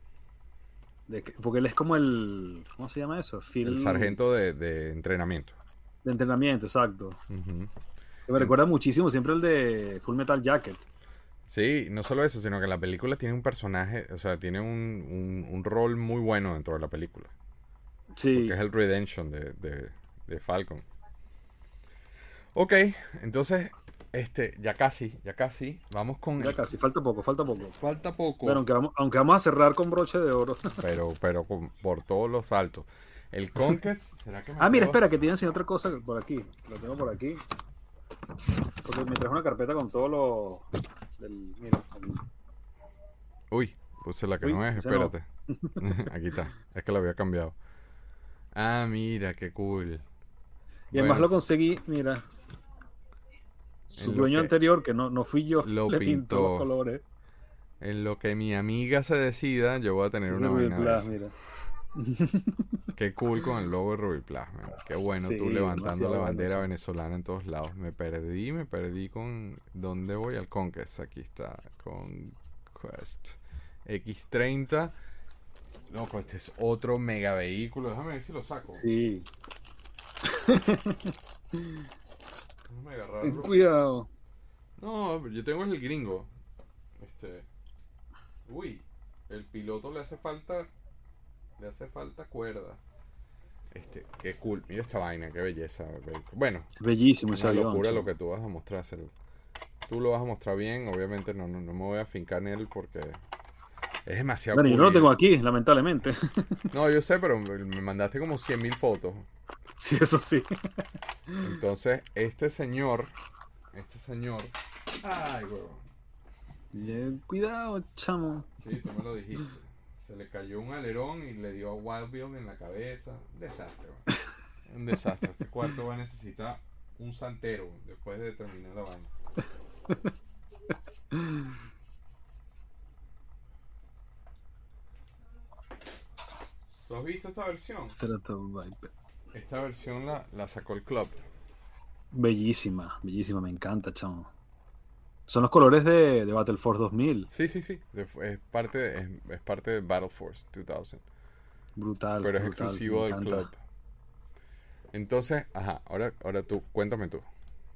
de que- porque él es como el, ¿cómo se llama eso? Field El sargento de, de entrenamiento. de entrenamiento, exacto. Ujú. Que me recuerda muchísimo siempre el de Full Metal Jacket. Sí, no solo eso, sino que la película tiene un personaje, o sea, tiene un, un, un rol muy bueno dentro de la película. Sí, Porque es el Redemption de, de, de Falcon. Ok, entonces, este, ya casi, ya casi. Vamos con. ya el- casi, falta poco, falta poco. Falta poco. Bueno, aunque vamos, aunque vamos a cerrar con broche de oro. Pero, pero con- por todos los saltos. El Conquest, ¿será que me Ah, mira, puedo- espera, que te iba a enseñar otra cosa por aquí. Lo tengo por aquí. Porque me traje una carpeta con todo lo. Del, mira, el- Uy, puse la que Uy, no es, esa no. espérate. Aquí está, es que la había cambiado. Ah, mira, qué cool. Y además Bueno, lo conseguí, mira, su en lo dueño que anterior, que no, no fui yo, lo le pintó los pintó, colores en lo que mi amiga se decida, yo voy a tener de una Ruby vaina de Plus, esa. mira. Qué cool con el logo de Ruby Plus, man. Qué bueno tú Sí, levantando la demasiado bueno, bandera chamo. venezolana en todos lados. Me perdí, me perdí con... ¿Dónde voy? Al Conquest. Aquí está. Conquest. equis treinta. No, pues este es otro mega vehículo. Déjame ver si lo saco. Sí, Déjame ten agarrarlo. cuidado. No, yo tengo el gringo. Este... Uy, el piloto le hace falta... Le hace falta cuerda. Este, qué cool. Mira esta vaina, qué belleza. vehículo. Bueno, Bellísimo ese una avión, locura lo chamo. que tú vas a mostrar. Cel. Tú lo vas a mostrar bien. Obviamente no, no, no me voy a fincar en él porque es demasiado Bueno, yo cool. no lo y tengo es- aquí, lamentablemente. No, yo sé, pero me me mandaste como cien mil fotos. Sí, eso sí. Entonces, este señor, este señor... Ay, huevón. Ten cuidado, chamo. Sí, tú me lo dijiste. Se le cayó un alerón y le dio a Wild Bill en la cabeza. Un desastre, huevón. Un desastre. Este cuarto va a necesitar un santero después de terminar la vaina. ¿Tú has visto esta versión? Strato Viper. Esta versión la, la sacó el club. Bellísima, bellísima, me encanta, chamo. Son los colores de, de Battle Force dos mil. Sí, sí, sí. de- es, parte, es, es parte de Battle Force dos mil. Brutal, Pero es brutal, me exclusivo del encanta. club. Entonces, ajá, ahora, ahora tú, cuéntame tú.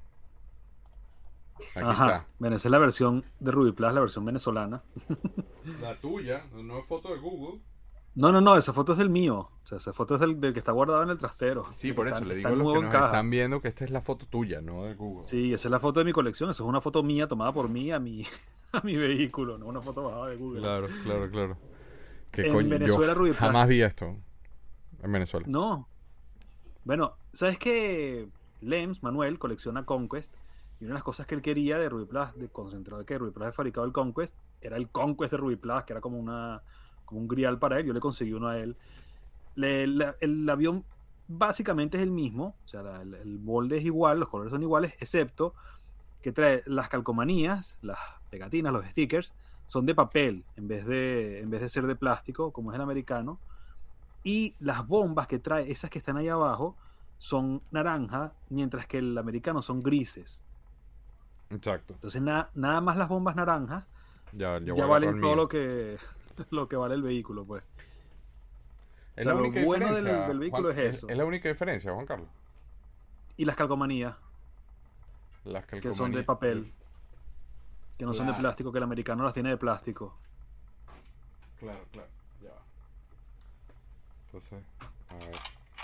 Aquí Ajá, bueno, esa es la versión de Ruby Plus, la versión venezolana. está. La tuya, no es foto de Google. No, no, no, esa foto es del mío. O sea, esa foto es del, del que está guardado en el trastero. Sí, del por que eso está, le está digo a los que nuevo en nos caja. están viendo que esta es la foto tuya, no de Google. Sí, esa es la foto de mi colección. Esa es una foto mía tomada por mí a mi, a mi vehículo, no una foto bajada de Google. Claro, claro, claro. ¿Qué En coño? Venezuela, Yo Ruby Plus. jamás vi esto en Venezuela. No. Bueno, ¿sabes qué? Lems, Manuel, colecciona Conquest. Y una de las cosas que él quería de Ruby Plus, de concentrado de que Ruby Plus había fabricado el Conquest, era el Conquest de Ruby Plus, que era como una como un grial para él. Yo le conseguí uno a él. Le- la- el avión básicamente es el mismo, o sea, la- el, el molde es igual, los colores son iguales, excepto que trae las calcomanías, las pegatinas, los stickers, son de papel en vez de, en vez de ser de plástico, como es el americano. Y las bombas que trae, esas que están ahí abajo, son naranja, mientras que el americano son grises. Exacto. Entonces, na- nada más las bombas naranjas Ya, yo voy ya a agarrar valen el todo mío. lo que, lo que vale el vehículo, pues. Es O sea, la lo única bueno del, diferencia, del vehículo Juan, es es, eso. es la única diferencia, Juan Carlos. Y las calcomanías, Las que son de calcomanías. papel, que no son de Claro. plástico, que el americano las tiene de plástico. Claro, claro, ya va. Entonces, a ver.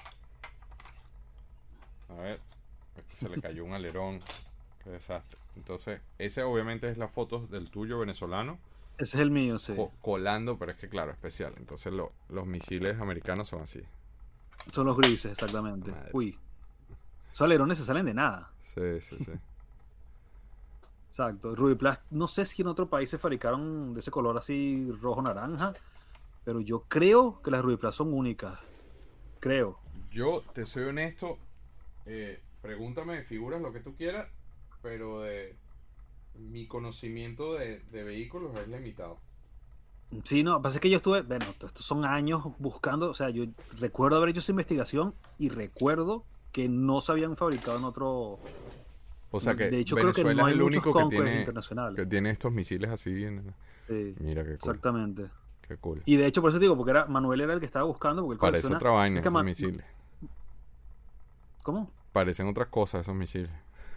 A ver, este se le cayó un alerón. Qué desastre. Entonces, ese obviamente es la foto del tuyo venezolano Ese es el mío, sí. co- colando, pero es que claro, especial. Entonces lo- los misiles americanos son así. Son los grises, exactamente. Madre. Uy. Esos alerones se salen de nada. Sí, sí, sí. Exacto. Ruby Plus, no sé si en otro país se fabricaron de ese color así rojo-naranja, pero yo creo que las Ruby Plus son únicas. Creo. Yo te soy honesto, eh, pregúntame de figuras lo que tú quieras, pero de mi conocimiento de, de vehículos es limitado. Sí, no, pasa es que yo estuve, bueno, estos son años buscando, o sea, yo recuerdo haber hecho esa investigación y recuerdo que no se habían fabricado en otro... O sea que De hecho, creo que Venezuela no es hay el muchos único que Conquest tiene, internacionales. que tiene estos misiles así. En- Sí, Mira qué cool. exactamente. Qué cool. Y de hecho, por eso te digo, porque era Manuel era el que estaba buscando, porque él Parece colecciona- otra vaina es que esos Ma- misiles. ¿Cómo? Parecen otras cosas esos misiles.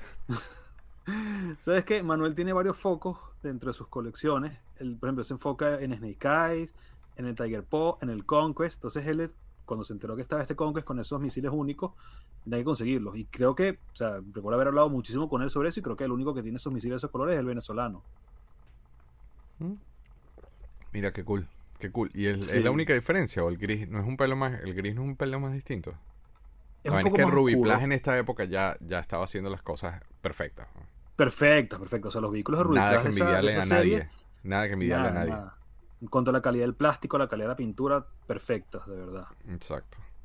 ¿Sabes qué? Manuel tiene varios focos dentro de sus colecciones. Él, por ejemplo, se enfoca en Snake Eyes, en el Tiger Paw, en el Conquest. Entonces él, cuando se enteró que estaba este Conquest con esos misiles únicos, tenía que conseguirlos. Y creo que, o sea, recuerdo haber hablado muchísimo con él sobre eso y creo que el único que tiene esos misiles de esos colores es el venezolano. ¿Mm? Mira qué cool. Qué cool. ¿Y el- Sí. es la única diferencia? ¿O el gris no es un pelo más, el gris no es un pelo más distinto? Es La un vaina es poco que más Ruby oscuro. Plus en esta época ya, ya estaba haciendo las cosas perfectas. Perfecto, perfecto. O sea, los vehículos de Ruby Nada Plus que de esa- de envidiarle esa a serie, nadie. Nada que envidiarle nada, a nadie. nada. En cuanto a la calidad del plástico, la calidad de la pintura, perfectas, de verdad. Exacto.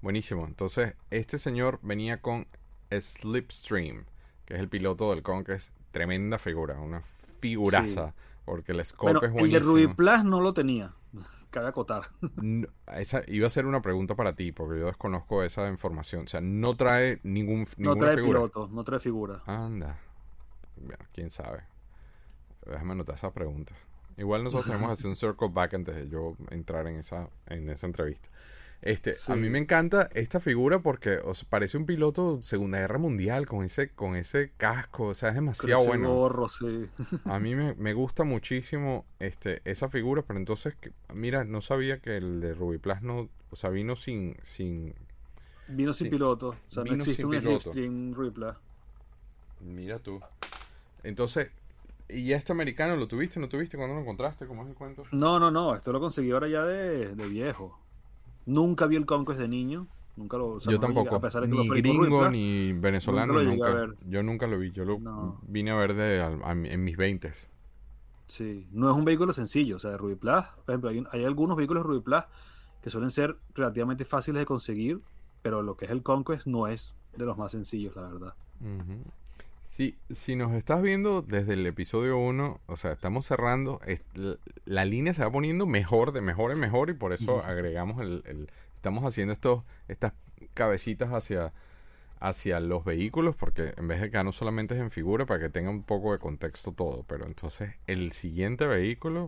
Buenísimo. Entonces, este señor venía con Slipstream, que es el piloto del Kong, que es tremenda figura, una figuraza, Sí. porque el scope Bueno, es el de Ruby buenísimo. Plus no lo tenía. Cabe acotar. No, esa iba a ser una pregunta para ti, porque yo desconozco esa información. O sea, no trae ningún, No ninguna trae figura. piloto, no trae figura. Anda. Bueno, quién sabe. Déjame anotar esa pregunta. Igual nosotros tenemos que hacer un circle back antes de yo entrar en esa, en esa entrevista. Este, a mí me Sí. encanta esta figura porque o sea, parece un piloto Segunda Guerra Mundial con ese, con ese casco. O sea, es Con demasiado ese bueno. gorro, sí. A mí me, me gusta muchísimo este, esa figura, pero entonces, que- mira, no sabía que el de Ruby Plus no, o sea, vino sin, sin, Vino sin sin, piloto. O sea, no vino existe sin un piloto. Slipstream Ruby Plus. Mira tú. Entonces, ¿y este americano lo tuviste? ¿No tuviste? ¿Cuándo lo encontraste? ¿Cómo es el cuento? No, no, no. Esto lo conseguí ahora ya de, de viejo. Nunca vi el Conquest de niño. Nunca lo, o sea, Yo no lo llegué, a tampoco, pesar de que lo ni freí por Ruby gringo Plus, ni nunca venezolano, lo llegué a nunca. ver. Yo nunca lo vi, yo lo No, vine a ver de, al- a mi- en mis veintes. sí. No es un vehículo sencillo. O sea, de Ruby Plus, por ejemplo, hay, un- hay algunos vehículos de Ruby Plus que suelen ser relativamente fáciles de conseguir, pero lo que es el Conquest no es de los más sencillos, la verdad. Ujú. Si, si nos estás viendo desde el episodio uno, o sea, estamos cerrando, es- l- la línea se va poniendo mejor, de mejor en mejor, y por eso agregamos el, el- estamos haciendo estos, estas cabecitas hacia, hacia los vehículos, porque en vez de que no solamente es en figura, para que tenga un poco de contexto todo, pero entonces el siguiente vehículo,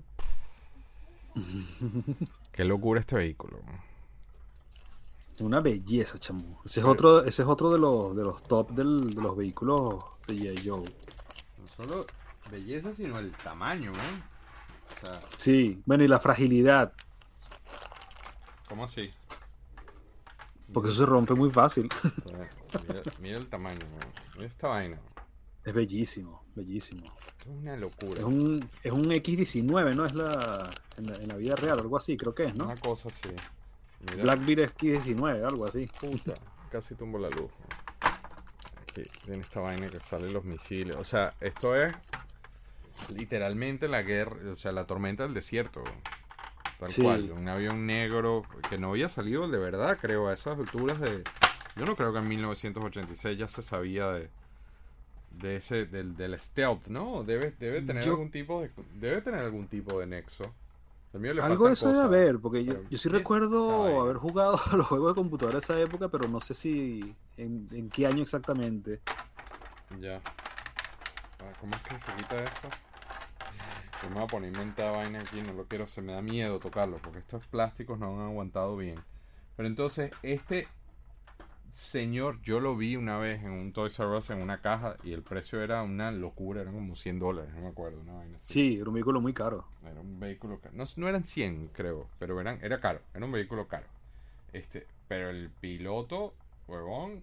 qué locura este vehículo. Una belleza, chamo. Ese es Pero otro, ese es otro de los, de los top del- de los vehículos de G I. Joe. no solo belleza, sino el tamaño, ¿eh? O sea, Sí, bueno, y la fragilidad, ¿cómo así? porque eso se rompe muy fácil. O sea, mira, mira el tamaño, man. Mira esta vaina. Es bellísimo, bellísimo. Es una locura. Es un, es un X diecinueve, ¿no? Es la en, la en la vida real, algo así, creo que es, ¿no? Una cosa así. Mira, Blackbeard X diecinueve, algo así. puta, casi tumbo la luz. Aquí tiene esta vaina que salen los misiles. O sea, esto es literalmente la guerra, o sea, la tormenta del desierto. Tal Sí. cual. Un avión negro que no había salido de verdad, creo, a esas alturas de... Yo no creo que en mil novecientos ochenta y seis ya se sabía de, de ese, del, del stealth, ¿no? Debe, debe tener Yo- algún tipo de, debe tener algún tipo de nexo. El mío le Algo de faltan eso debe cosas, haber, porque yo, pero yo sí mira esta recuerdo vaina. haber jugado a los juegos de computadora de esa época, pero no sé si en, en qué año exactamente. Ya. Ah, ¿cómo es que se quita esto? Yo me voy a poner inventada vaina aquí, no lo quiero, se me da miedo tocarlo, porque estos plásticos no han aguantado bien. Pero entonces, este señor, yo lo vi una vez en un Toys R Us en una caja y el precio era una locura, eran como cien dólares, no me acuerdo, una vaina así. Sí, era un vehículo muy caro. Era un vehículo caro. No, no eran cien, creo, pero eran, era caro, era un vehículo caro. Este, pero el piloto, huevón,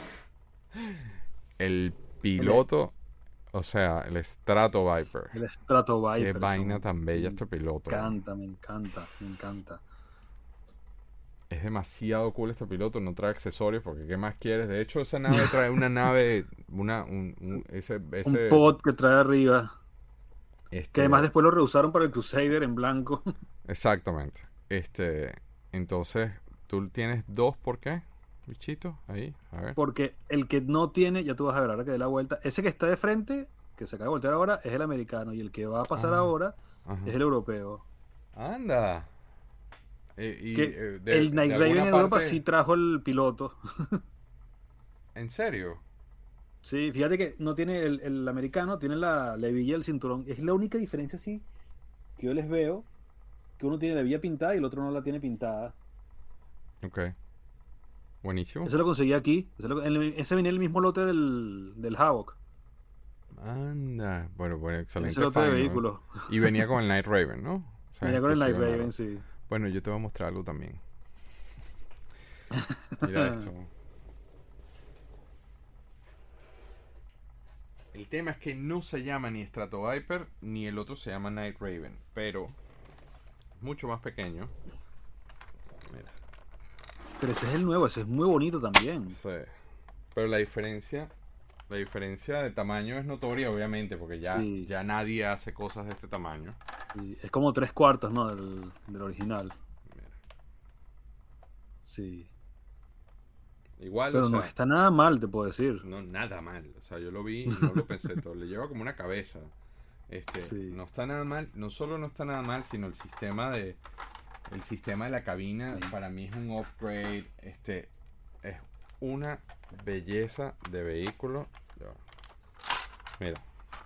el piloto, o sea, el Strato Viper. El Strato Qué Viper. vaina son- tan bella me este piloto. encanta, me encanta, me encanta. Es demasiado cool este piloto, no trae accesorios porque ¿qué más quieres? De hecho, esa nave trae una nave, una, un, un- ese, ese, Un pod que trae arriba, este, que además después lo reusaron para el Crusader en blanco. exactamente. Este, entonces, tú tienes dos, ¿por qué? Bichito, ahí, a ver. Porque el que no tiene, ya tú vas a ver ahora que dé la vuelta, ese que está de frente, que se acaba de voltear ahora, es el americano. Y el que va a pasar Ah, ahora ajá. es el europeo. Anda. Eh, y, Que eh, de, el Night de Raven alguna en Europa parte- sí trajo el piloto. ¿En serio? Sí, fíjate que no tiene el, el americano, tiene la, la hebilla del cinturón. Es la única diferencia, sí, que yo les veo, que uno tiene la hebilla pintada y el otro no la tiene pintada. Ok. Buenísimo. Ese lo conseguí aquí. Ese, lo- el- ese venía en el mismo lote del, del Havoc. Anda. Bueno, bueno, En excelente ese lote de find, ¿no? vehículos. Y venía con el Night Raven, ¿no? O sea, Venía con el Night exclusivo, Raven, ¿no? sí. Bueno, yo te voy a mostrar algo también. Mira esto. El tema es que no se llama ni Strato Viper ni el otro se llama Night Raven, pero es mucho más pequeño. Mira, Pero ese es el nuevo, ese es muy bonito también. sí. Pero la diferencia, la diferencia de tamaño es notoria, obviamente, porque ya, Sí. ya nadie hace cosas de este tamaño. Sí, es como tres cuartos, ¿no? Del, del original. Mira. Sí. Igual, o Pero no sea, está nada mal, te puedo decir. no, nada mal. O sea, yo lo vi y no lo pensé todo. Le lleva como una cabeza. Este, Sí. no está nada mal. No solo no está nada mal, sino el sistema de. El sistema de la cabina Sí. para mí es un upgrade. Este. Es una belleza de vehículo. Ya va. Mira.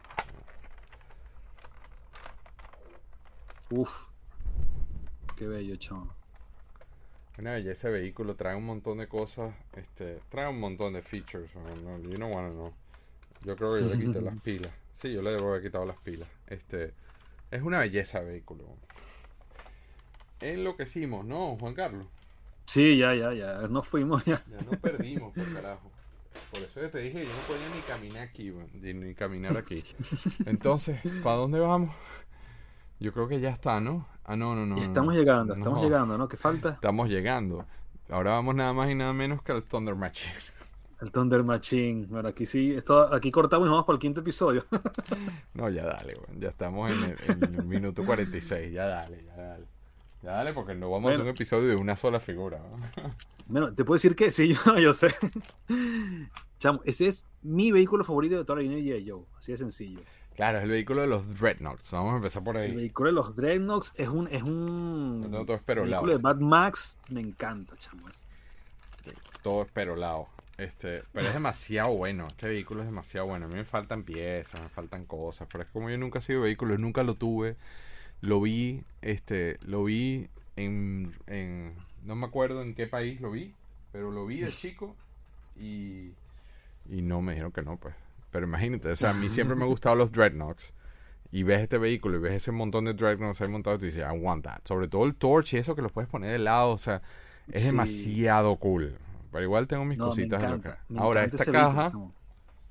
Uf, qué bello, chamo. Una belleza de vehículo. Trae un montón de cosas. Este. Trae un montón de features. No, no, you don't wanna know. Yo creo que yo le quité las pilas. Sí, yo le debo haber quitado las pilas. Este. Es una belleza de vehículo. Enloquecimos, ¿no, Juan Carlos? Sí, ya, ya, ya. Nos fuimos ya. Ya nos perdimos, por carajo. Por eso yo te dije que yo no podía ni caminar aquí, weón, ni, ni caminar aquí. Entonces, ¿para dónde vamos? Yo creo que ya está, ¿no? Ah, no, no, no. Y no, estamos no. llegando, estamos No, llegando, ¿no? ¿Qué falta? estamos llegando. Ahora vamos nada más y nada menos que al Thunder Machine. El Thunder Machine. Bueno, aquí sí, esto, aquí cortamos y vamos para el quinto episodio. No, ya dale, weón. Ya estamos en el, en el minuto cuarenta y seis. Ya dale, ya dale. Ya dale, porque no vamos a hacer Bueno. un episodio de una sola figura, ¿no? Bueno, te puedo decir que sí, yo, yo sé. Chamo, ese es mi vehículo favorito de toda la línea de G I. Joe. Así de sencillo. Claro, es el vehículo de los Dreadnoughts. Vamos a empezar por El ahí. vehículo de los Dreadnoughts es un, es un No, todo es perolado. vehículo de Mad Max. Me encanta, chamo. Es- Todo esperolado. Este, pero es demasiado bueno. Este vehículo es demasiado bueno. A mí me faltan piezas, me faltan cosas. Pero es como yo nunca he sido vehículo, nunca lo tuve. Lo vi, este, lo vi en, en, no me acuerdo en qué país lo vi, pero lo vi de chico y, y no me dijeron que no, pues. Pero imagínate, o sea, a mí siempre me han gustado los Dreadnoughts. Y ves este vehículo y ves ese montón de Dreadnoughts ahí montados y tú dices, I want that. Sobre todo el Torch y eso que los puedes poner de lado, o sea, es Sí. demasiado cool. Pero igual tengo mis No, me cositas en lo que... encanta. Me Ahora, encanta esta ese vehículo, caja... chamo.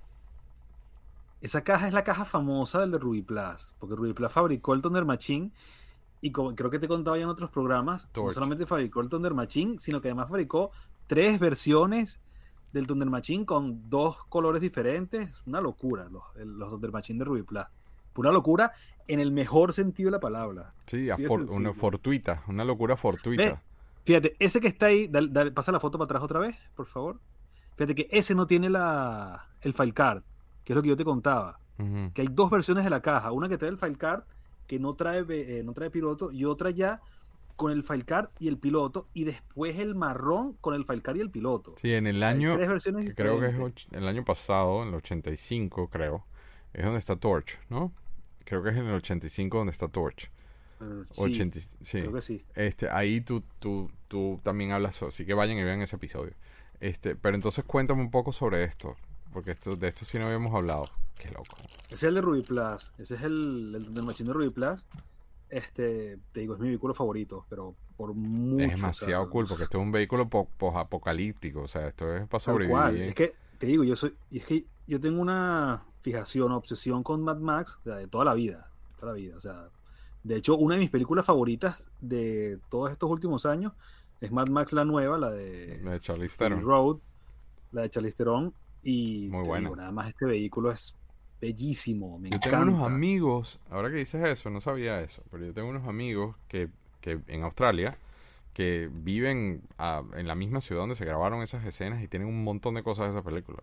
Esa caja es la caja famosa del de Ruby Plus, porque Ruby Plus fabricó el Thunder Machine y como creo que te he contado ya en otros programas, no Torch. solamente fabricó el Thunder Machine, sino que además fabricó tres versiones del Thunder Machine con dos colores diferentes. Una locura, los, el- los Thunder Machine de Ruby Plus. Pura locura en el mejor sentido de la palabra. Sí, Así de afor- sencillo. una fortuita, una locura Ve, fortuita. fíjate, ese que está ahí, dale- dale- pasa la foto para atrás otra vez, por favor. Fíjate que ese no tiene la, el file card, que es lo que yo te contaba. Ujú. Que hay dos versiones de la caja, una que trae el file card, que no trae, eh, no trae piloto, y otra ya con el file card y el piloto, y después el marrón con el file card y el piloto. Sí, en el Hay año, tres versiones que creo que es diferentes. och- el año pasado, en el ochenta y cinco, creo, es donde está Torch, ¿no? Creo que es en el ochenta y cinco donde está Torch. Eh, sí, ochenta, y- sí. creo que sí. Este, ahí tú, tú, tú también hablas, así que vayan y vean ese episodio. Este, pero entonces cuéntame un poco sobre esto, porque esto, de esto sí no habíamos hablado. Qué loco. Ese es el de Ruby Plus, ese es el, el del machine de Ruby Plus. Este, te digo, es mi vehículo favorito, pero por mucho. Es demasiado o sea, cool, porque esto es un vehículo po- post-apocalíptico, o sea, esto es para Tal cual. sobrevivir. Es que, te digo, yo soy, y es que yo tengo una fijación, obsesión con Mad Max, o sea, de toda la vida, toda la vida, o sea, de hecho, una de mis películas favoritas de todos estos últimos años es Mad Max la nueva, la de De Charlize Fury Theron. Road, la de Charlize Theron, y Muy te buena. digo, nada más este vehículo es bellísimo, me Yo encanta. tengo unos amigos, ahora que dices eso, no sabía eso, pero yo tengo unos amigos que, que en Australia que viven ah, en la misma ciudad donde se grabaron esas escenas y tienen un montón de cosas de esa película.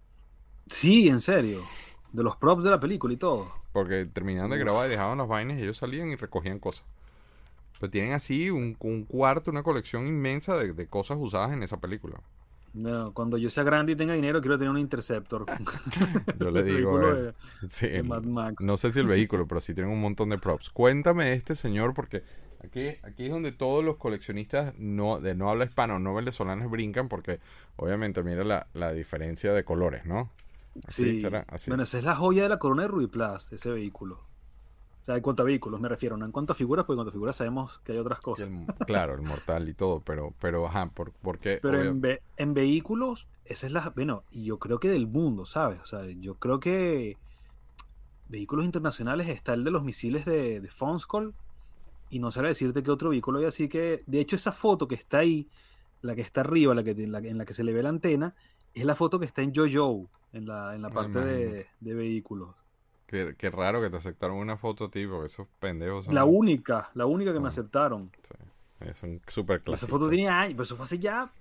Sí, en serio, de los props de la película y todo. Porque terminaban de Uf. grabar y dejaban las vainas y ellos salían y recogían cosas. Pero tienen así un, un cuarto, una colección inmensa de, de cosas usadas en esa película. No, cuando yo sea grande y tenga dinero, quiero tener un Interceptor. Yo le El digo, vehículo eh, de- sí, de el- Mad Max. no sé si el vehículo, pero sí tienen un montón de props. Cuéntame de este señor, porque aquí, aquí es donde todos los coleccionistas no, de no habla hispana o no venezolanos brincan, porque obviamente mira la, la diferencia de colores, ¿no? Así Sí. será, así. Bueno, esa es la joya de la corona de Ruby Plus, ese vehículo. O sea, en cuanto a vehículos me refiero, no en cuanto a figuras, porque en cuanto a figuras sabemos que hay otras Y cosas. el- claro, el mortal y todo, pero, pero ajá, por, porque Pero obvia- en, ve- en vehículos, esa es la... Bueno, y yo creo que del mundo, ¿sabes? O sea, yo creo que vehículos internacionales está el de los misiles de, de Fonscol, y no sé decirte qué otro vehículo hay, así que... De hecho, esa foto que está ahí, la que está arriba, la que, la- en la que se le ve la antena, es la foto que está en JoJo, en la, en la Ah, parte de, imagínate. de vehículos. qué, qué raro que te aceptaron una foto, tipo, esos pendejos son, La única, la única que me son- aceptaron. sí, eh, son súper Esa foto clasistas. tenía años, pero eso fue hace ya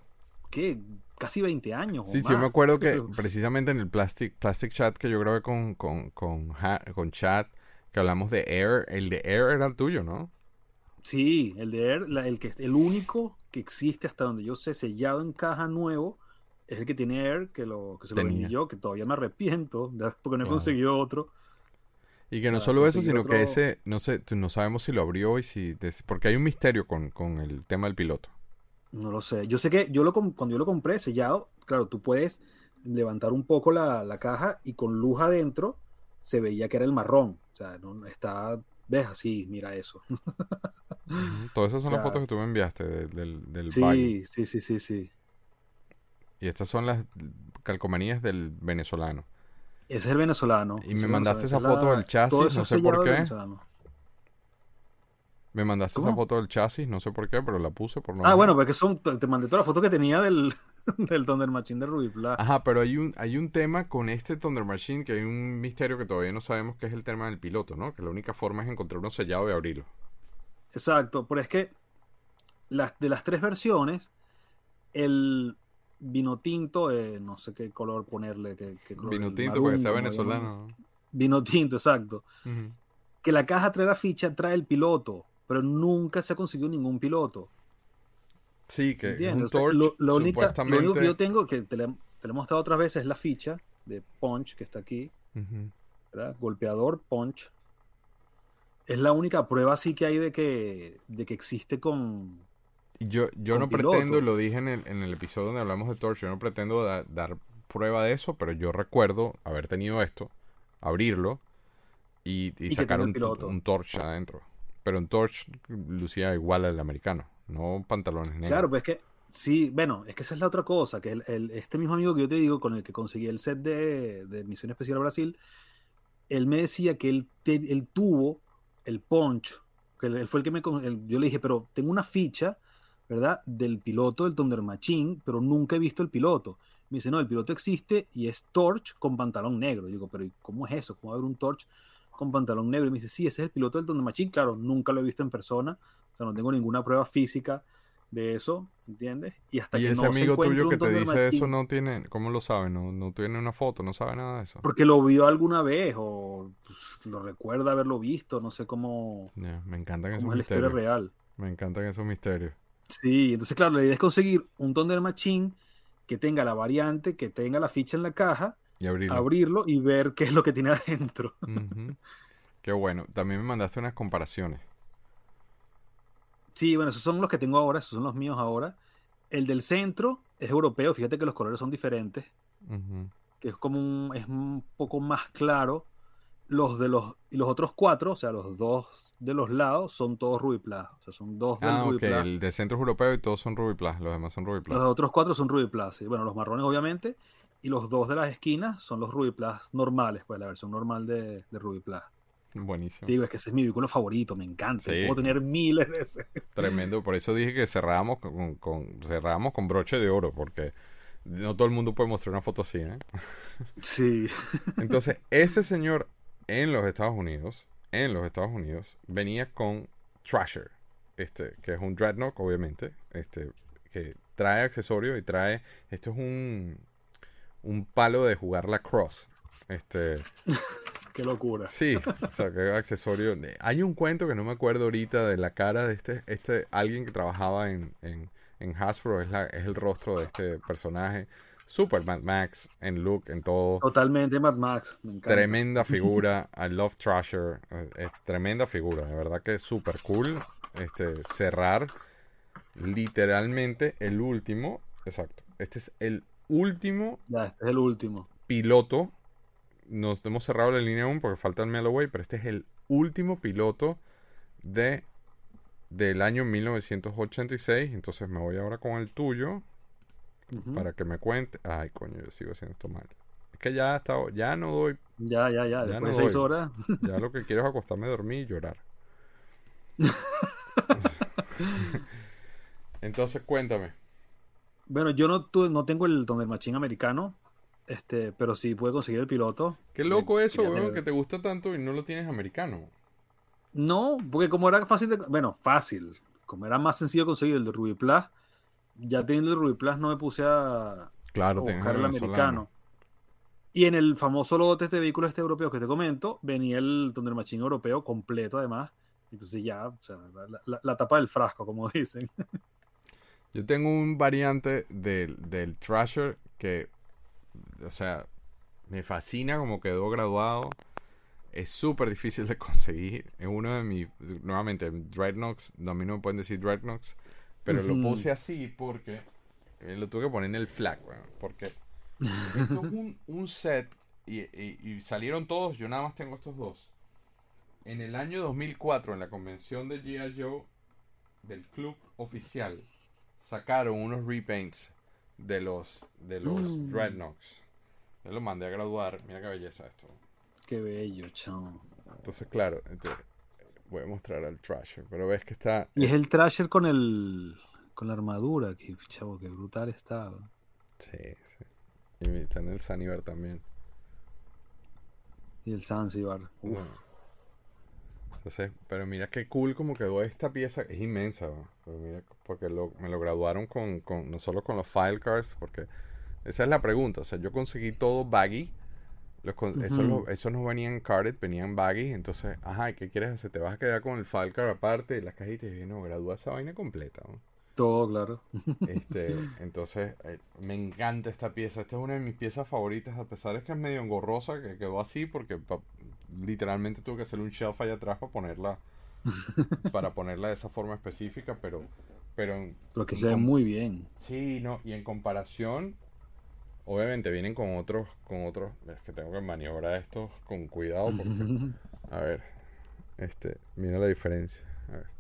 ¿qué? Casi veinte años o Sí, sí, yo me más. acuerdo que precisamente en el Plastic, Plastic Chat que yo grabé con, con, con, Ja- con Chat, que hablamos de Air, el de Air era el tuyo, ¿no? Sí, el de Air, la- el que el único que existe hasta donde yo sé sellado en caja nuevo es el que tiene Air, que lo que se lo vendí Tenía. yo, que todavía me arrepiento de- porque no he Wow. conseguido otro. Y O que no sea, solo eso, conseguir sino que otro, ese, no sé, tú- no sabemos si lo abrió y si... des- porque hay un misterio con, con el tema del piloto. no lo sé. Yo sé que yo lo com- cuando yo lo compré sellado, claro, tú puedes levantar un poco la, la caja y con luz adentro se veía que era el marrón. O sea, no no está, ves así, mira eso. Ujú. Todas esas O son las fotos sea, que tú me enviaste de- del, del baggy. sí, sí, sí, sí, sí. Y estas son las calcomanías del venezolano. Ese es el venezolano. Y Ese me es el venezolano. mandaste Esa esa es foto del la, todo chasis, eso no es sé por sellado del qué. venezolano. Me mandaste esa ¿Cómo? foto del chasis, no sé por qué, pero la puse por lo Ah, menos. bueno, porque son, te te mandé toda la foto que tenía del, del Thunder Machine de Ruby Blah. Ajá, pero hay un, hay un tema con este Thunder Machine que hay un misterio que todavía no sabemos que es el tema del piloto, ¿no? Que la única forma es encontrar uno sellado y abrirlo. Exacto, pero es que las, de las tres versiones, el vino tinto, eh, no sé qué color ponerle, qué, qué color, Vino el tinto porque sea marún, como llaman. venezolano. Vino tinto, exacto. Ujú. Que la caja trae la ficha, trae el piloto, pero nunca se ha conseguido ningún piloto. Sí, que es un ¿Entiendes? O sea, torch lo, lo única, lo único que yo supuestamente. tengo, que te lo, te lo he mostrado otras veces, es la ficha de Punch que está aquí, Ujú. ¿verdad? Golpeador, Punch. Es la única prueba sí que hay de que, de que existe con, Y yo, yo con no pretendo, piloto. lo dije en el, en el episodio donde hablamos de torch, yo no pretendo da- dar prueba de eso, pero yo recuerdo haber tenido esto, abrirlo y, y Y que sacar tenga el un, tu- piloto. un torch adentro. Pero un torch lucía igual al americano, no pantalones negros. Claro, pues es que, sí, bueno, es que esa es la otra cosa, que el, el- este mismo amigo que yo te digo, con el que conseguí el set de, de Misión Especial a Brasil, él me decía que él, te- él tuvo el Punch, que él, él fue el que me... con- él- yo le dije, pero tengo una ficha, ¿verdad? Del piloto del Thunder Machine, pero nunca he visto el piloto. Me dice, no, el piloto existe y es Torch con pantalón negro. Yo digo, pero ¿y cómo es eso? ¿Cómo va a haber un Torch con pantalón negro? Y me dice, sí, ese es el piloto del Thunder Machine. Claro, nunca lo he visto en persona, o sea, no tengo ninguna prueba física de eso, ¿entiendes? Y hasta Y que ese no se amigo tuyo encuentre que un te Thunder dice eso Machine, no tiene, ¿cómo lo sabe? No, no tiene una foto, no sabe nada de eso. porque lo vio alguna vez o pues, lo recuerda haberlo visto, no sé cómo, Ya, me encantan esos cómo es la historia misterios. real. Me encantan esos misterios. Sí, entonces claro, la idea es conseguir un Thunder Machine que tenga la variante, que tenga la ficha en la caja, Y abrirlo. abrirlo y ver qué es lo que tiene adentro. Ujú. Qué bueno. También me mandaste unas comparaciones. Sí, bueno, esos son los que tengo ahora, esos son los míos ahora. El del centro es europeo, fíjate que los colores son diferentes, Ujú. que es como un, es un poco más claro. Los de los, y los otros cuatro, o sea, los dos de los lados, son todos Ruby Plus. O sea, son dos del Ah, Ruby ok. Plus. El de centro es europeo y todos son Ruby Plus. Los demás son Ruby Plus. Los otros cuatro son Ruby Plus. Sí. Bueno, los marrones, obviamente. Y los dos de las esquinas son los Ruby Plus normales, pues la versión normal de, de Ruby Plus. Buenísimo. Digo, es que ese es mi vehículo favorito, me encanta. Y Sí, puedo tener miles de ese. tremendo. Por eso dije que cerrábamos con, con, cerrábamos con broche de oro, porque no todo el mundo puede mostrar una foto así, ¿eh? Sí. Entonces, este señor en los Estados Unidos, en los Estados Unidos, venía con Thrasher, este, que es un Dreadnought, obviamente, este, que trae accesorios y trae, esto es un, un palo de jugar lacrosse, este, Qué locura. sí, o sea, que accesorio. Hay un cuento que no me acuerdo ahorita de la cara de este, este, alguien que trabajaba en, en, en Hasbro, es, la, es el rostro de este personaje. Super Mad Max en look, en todo. Totalmente Mad Max, me encanta. Tremenda figura. I love Thrasher. Es, es tremenda figura. De verdad que es súper cool. Este, cerrar literalmente el último. Exacto. Este es el último Ya, este es el último. piloto. Nos hemos cerrado la línea aún porque falta el Melloway, pero este es el último piloto de del año mil novecientos ochenta y seis. Entonces me voy ahora con el tuyo. Ujú. Para que me cuente. Ay, coño, yo sigo haciendo esto mal. Es que ya está, ya no doy. Ya, ya, ya. Ya Después no de seis doy. horas. Ya lo que quiero es acostarme a dormir y llorar. Entonces, cuéntame. Bueno, yo no, tu- no tengo el Thunder Machine americano, este, pero sí pude conseguir el piloto. Qué Le loco eso, quería weón, tener- que te gusta tanto y no lo tienes americano. No, porque como era fácil de... Bueno, fácil. Como era más sencillo conseguir el de Ruby Plus, ya teniendo el Ruby Plus no me puse a, a Claro, tienes el buscar el venezolano. americano. Y en el famoso lote de vehículos este europeos que te comento, venía el Thunder Machine europeo completo además. Entonces ya, o sea, la, la, la tapa del frasco, como dicen. Yo tengo un variante del, del Thrasher que, o sea, me fascina como quedó graduado. Es súper difícil de conseguir. Es uno de mis, nuevamente, Dreadnoks. No, a mí no me pueden decir Dreadnoks. Pero uh-huh. lo puse así porque eh, lo tuve que poner en el flag, bueno, porque esto es un, un set y, y, y salieron todos. Yo nada más tengo estos dos. En el año dos mil cuatro, en la convención de G I. Joe del club oficial, sacaron unos repaints de los de los mm. Dreadnoks. Yo los mandé a graduar. Mira qué belleza esto. Qué bello, chamo. Entonces, claro, entonces, voy a mostrar al Thrasher, pero ves que está... Y es el Thrasher con el con la armadura, que chavo, qué brutal está. Sí, sí. Y está en el Zanzibar también. Y el Zanzibar. Uf. Bueno. Entonces, pero mira qué cool como quedó esta pieza. Es inmensa, ¿no? Pero mira, porque lo, me lo graduaron con, con, no solo con los file cards, porque esa es la pregunta. O sea, yo conseguí todo baggy. Los, uh-huh. Esos lo, eso no venían carded, venían baggy. Entonces, ajá, ¿qué quieres hacer? ¿Te vas a quedar con el file card aparte y las cajitas? Y dije, no, gradúa esa vaina completa, ¿no? Todo, claro. Este, entonces, eh, me encanta esta pieza. Esta es una de mis piezas favoritas, a pesar de que es medio engorrosa, que quedó así, porque pa, literalmente tuve que hacer un shelf allá atrás para ponerla para ponerla de esa forma específica, pero... Pero, pero que se ve muy bien. Sí, no, y en comparación... Obviamente vienen con otros, con otros, es que tengo que maniobrar esto con cuidado porque, a ver, este, mira la diferencia, a ver,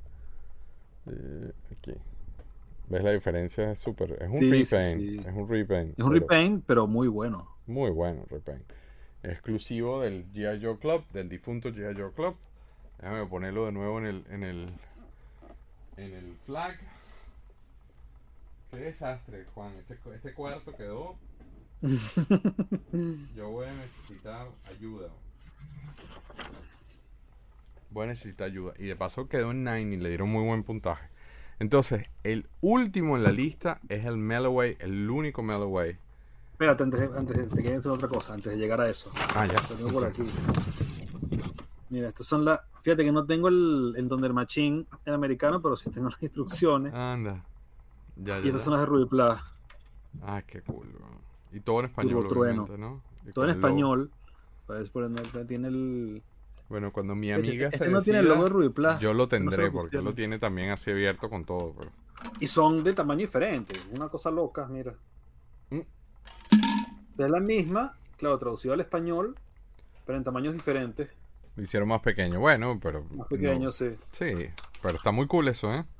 eh, aquí, ¿ves la diferencia? Es súper, es un sí, repaint, sí, sí. es un repaint. Es un pero, repaint, pero muy bueno. Muy bueno repaint. Exclusivo del G I. Joe Club, del difunto G I. Joe Club. Déjame ponerlo de nuevo en el, en el, en el flag. Qué desastre, Juan, este, este cuarto quedó... Yo voy a necesitar ayuda. Voy a necesitar ayuda. Y de paso quedó en nueve y le dieron muy buen puntaje. Entonces, el último en la lista es el Melloway, el único Melloway. Espérate, antes de, antes de, te quería decir otra cosa, antes de llegar a eso. Ah, ya. Lo tengo por aquí. Mira, estas son las... Fíjate que no tengo el, el Thunder Machine en americano, pero sí tengo las instrucciones. Anda. Ya, ya, y estas ya. son las de Ruby Plus. Ah, qué cool, bro. Y todo en español, obviamente, ¿no? Y todo en español. Pues por ejemplo, tiene el... Bueno, cuando mi amiga este, se este no tiene el logo de Ruby Plus. Yo lo tendré, no porque lo tiene también así abierto con todo. Pero... Y son de tamaño diferente. Una cosa loca, mira. Mm. O sea, es la misma, claro, traducido al español, pero en tamaños diferentes. Lo hicieron más pequeño, bueno, pero... Más pequeño, no. sí. Sí, pero está muy cool eso, ¿eh?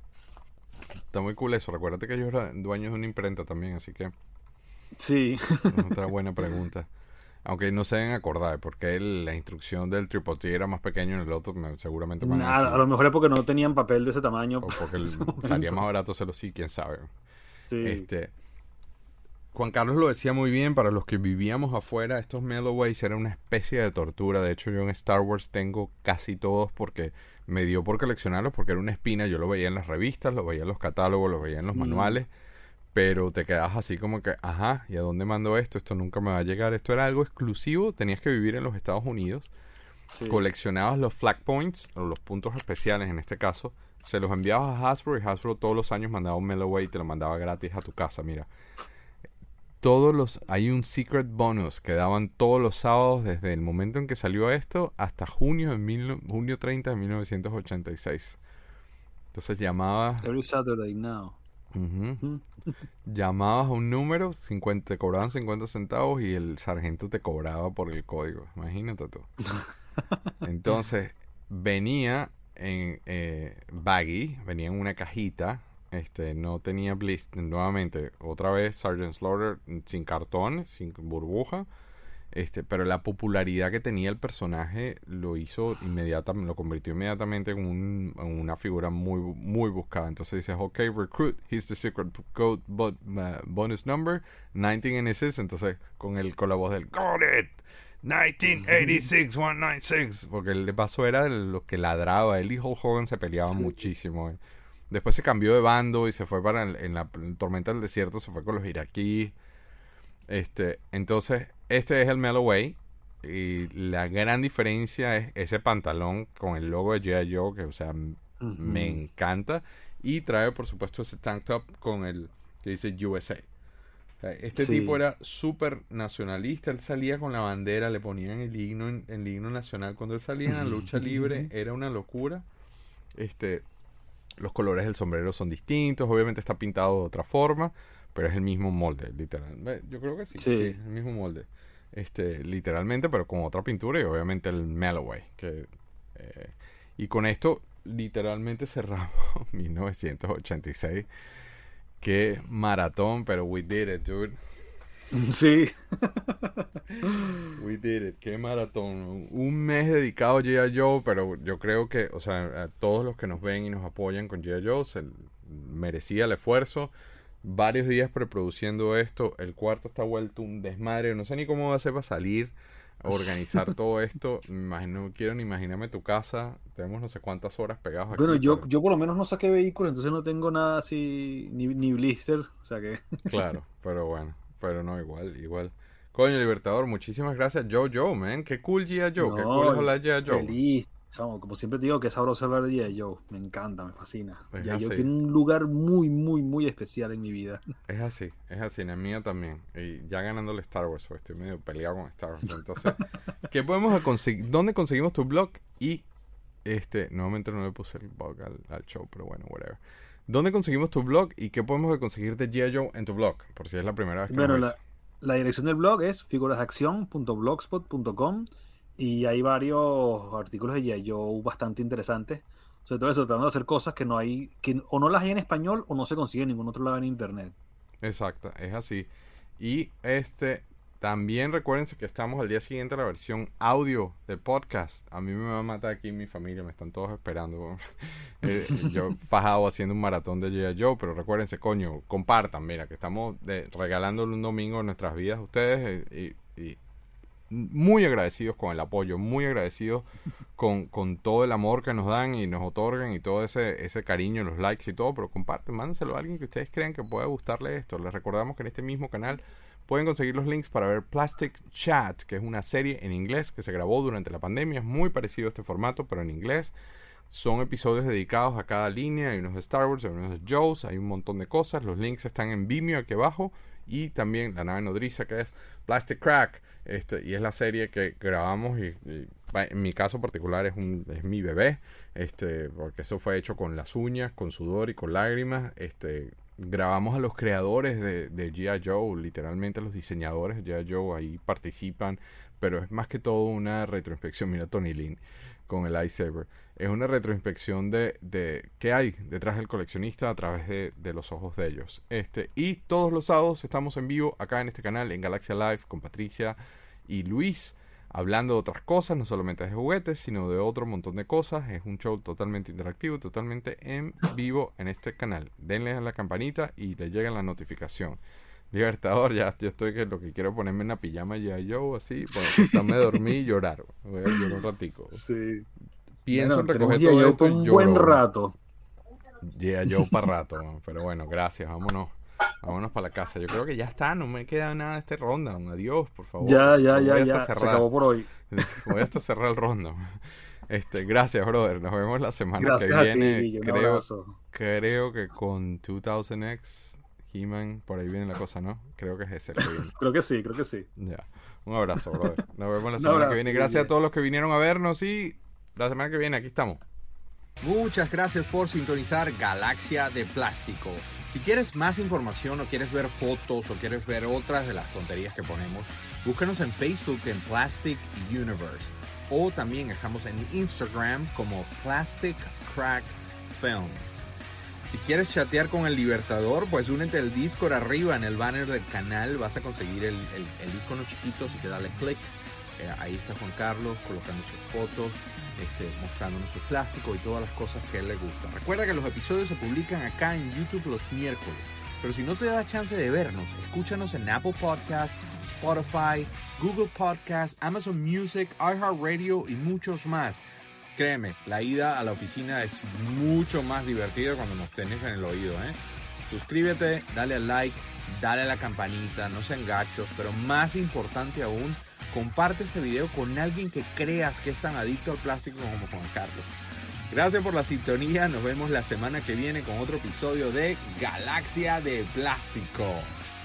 Está muy cool eso. Recuérdate que ellos eran dueños de una imprenta también, así que... Sí. Otra buena pregunta. Aunque no se deben acordar, porque el, la instrucción del Triple T era más pequeño en el otro, seguramente van a decir. A lo mejor es porque no tenían papel de ese tamaño. O porque el, salía más barato hacerlo sí, quién sabe. Sí. Este, Juan Carlos lo decía muy bien, para los que vivíamos afuera, estos Melloways eran una especie de tortura. De hecho, yo en Star Wars tengo casi todos porque me dio por coleccionarlos, porque era una espina. Yo lo veía en las revistas, lo veía en los catálogos, lo veía en los mm. manuales. Pero te quedabas así como que, ajá, ¿y a dónde mando esto? Esto nunca me va a llegar. Esto era algo exclusivo. Tenías que vivir en los Estados Unidos. Sí. Coleccionabas los flag points, o los puntos especiales en este caso. Se los enviabas a Hasbro y Hasbro todos los años mandaba un Melloway y te lo mandaba gratis a tu casa. Mira, todos los... Hay un secret bonus que daban todos los sábados desde el momento en que salió esto hasta junio, de mil, junio treinta de mil novecientos ochenta y seis. Entonces llamabas... Every Saturday now. Uh-huh. Llamabas a un número, cincuenta, te cobraban cincuenta centavos y el sargento te cobraba por el código. Imagínate tú. Entonces, venía en eh, baggy, venía en una cajita. Este, no tenía blister. Nuevamente, otra vez Sergeant Slaughter sin cartón, sin burbuja. Este, pero la popularidad que tenía el personaje lo hizo inmediatamente, lo convirtió inmediatamente en, un, en una figura muy muy buscada. Entonces dices, ok, recruit, here's the secret code but, uh, bonus number, nineteen eighty-six. Entonces con el con la voz del got it, nineteen eighty-six, one ninety-six, porque el de paso era de los que ladraba. Él y Hulk Hogan se peleaban sí. muchísimo. Eh. Después se cambió de bando y se fue para, el, en la en tormenta del desierto, se fue con los iraquíes. Este, entonces, este es el Melloway. Y la gran diferencia es ese pantalón con el logo de G I. Joe, que, o sea, uh-huh. me encanta. Y trae, por supuesto, ese tank top con el que dice U S A. O sea, este sí. tipo era súper nacionalista. Él salía con la bandera, le ponían el himno, en, el himno nacional. Cuando él salía en la lucha libre, era una locura. Este, los colores del sombrero son distintos. Obviamente está pintado de otra forma, pero es el mismo molde, literal. Yo creo que sí, sí, sí es el mismo molde. Este, literalmente, pero con otra pintura y obviamente el Melloway. Que, eh, y con esto, literalmente cerramos mil novecientos ochenta y seis. Qué maratón, pero we did it, dude. Sí. We did it, qué maratón. Un mes dedicado a G I. Joe, pero yo creo que, o sea, a todos los que nos ven y nos apoyan con G I. Joe, se merecía el esfuerzo. Varios días preproduciendo esto. El cuarto está vuelto un desmadre. No sé ni cómo va a ser para salir a organizar todo esto. No quiero ni imaginarme tu casa. Tenemos no sé cuántas horas pegados aquí. Bueno, yo, pero... yo por lo menos no saqué vehículo, entonces no tengo nada así, ni, ni blister. O sea que... Claro, pero bueno. Pero no, igual, igual. Coño, Libertador, muchísimas gracias. Joe Joe, man. Qué cool G I. Joe. No, qué cool es hablar de G I. Joe. Feliz. Chamo, como siempre te digo, que es sabroso hablar de G I. Joe. Me encanta, me fascina. Es G I. Joe así. tiene un lugar muy, muy, muy especial en mi vida. Es así, es así, en la mía también. Y ya ganándole Star Wars, porque estoy medio peleado con Star Wars. Entonces, ¿qué podemos conseguir? ¿Dónde conseguimos tu blog? Y, este, nuevamente no le puse el blog al, al show, pero bueno, whatever. ¿Dónde conseguimos tu blog? ¿Y qué podemos conseguir de G I. Joe en tu blog? Por si es la primera vez que bueno, nos la, ves. la dirección del blog es figuras de acción punto blogspot punto com y hay varios artículos de G I. Joe bastante interesantes. Sobre todo eso, tratando de hacer cosas que no hay, que o no las hay en español o no se consigue en ningún otro lado en internet. Exacto, es así. Y este, también recuérdense que estamos al día siguiente a la versión audio del podcast. A mí me va a matar aquí mi familia, me están todos esperando. eh, yo fajado haciendo un maratón de G I. Joe, pero recuérdense, coño, compartan, mira, que estamos de, regalándole un domingo en nuestras vidas a ustedes eh, y, y muy agradecidos con el apoyo, muy agradecidos con, con todo el amor que nos dan y nos otorgan y todo ese, ese cariño, los likes y todo, pero comparten, mándenselo a alguien que ustedes crean que pueda gustarle esto. Les recordamos que en este mismo canal pueden conseguir los links para ver Plastic Chat, que es una serie en inglés que se grabó durante la pandemia, es muy parecido a este formato, pero en inglés. Son episodios dedicados a cada línea, hay unos de Star Wars, hay unos de Joe's, hay un montón de cosas. Los links están en Vimeo aquí abajo y también la nave nodriza que es Plastic Crack, este, y es la serie que grabamos y, y en mi caso particular es, un, es mi bebé, este, porque eso fue hecho con las uñas, con sudor y con lágrimas. Este, grabamos a los creadores de, de G I. Joe, literalmente los diseñadores de G I. Joe ahí participan, pero es más que todo una retroinspección. Mira Tony Lin con el lightsaber. Es una retroinspección de, de qué hay detrás del coleccionista a través de, de los ojos de ellos. Este, y todos los sábados estamos en vivo acá en este canal, en Galaxia Live, con Patricia y Luis, hablando de otras cosas, no solamente de juguetes, sino de otro montón de cosas. Es un show totalmente interactivo, totalmente en vivo en este canal. Denle a la campanita y le llega la notificación. Libertador, ya yo estoy que lo que quiero ponerme en una pijama ya yo así, bueno, me dormí y llorar. Voy a llorar un ratico. Sí. Pienso Bueno, en recoger todo todo esto un y lloro. buen rato. Ya yo para rato, man. Pero bueno, gracias, vámonos. Vámonos para la casa. Yo creo que ya está, no me queda nada de este ronda. Adiós, por favor. Ya, ya, Voy ya, hasta ya. cerrar. Se acabó por hoy. Voy hasta cerrar el ronda. Este, gracias, brother. Nos vemos la semana Gracias que a viene. ti, un creo, abrazo. creo que con dos mil X, He-Man, por ahí viene la cosa, ¿no? Creo que es ese el que viene. Creo que sí, creo que sí. Ya. Un abrazo, brother. Nos vemos la Un semana abrazo, que viene. bien, Gracias bien. a todos los que vinieron a vernos y la semana que viene aquí estamos. Muchas gracias por sintonizar Galaxia de Plástico. Si quieres más información o quieres ver fotos o quieres ver otras de las tonterías que ponemos, búscanos en Facebook en Plastic Universe. O también estamos en Instagram como Plastic Crack Film. Si quieres chatear con el Libertador, pues únete al Discord arriba en el banner del canal. Vas a conseguir el, el, el icono chiquito, así que dale click. Eh, ahí está Juan Carlos colocando sus fotos, este, mostrándonos su plástico y todas las cosas que a él le gustan. Recuerda que los episodios se publican acá en YouTube los miércoles. Pero si no te da chance de vernos, escúchanos en Apple Podcasts, Spotify, Google Podcasts, Amazon Music, iHeartRadio y muchos más. créeme, la ida a la oficina es mucho más divertida cuando nos tenés en el oído, ¿eh? Suscríbete, dale al like, dale a la campanita, no sean gachos, pero más importante aún, comparte este video con alguien que creas que es tan adicto al plástico como Juan Carlos. Gracias por la sintonía, nos vemos la semana que viene con otro episodio de Galaxia de Plástico.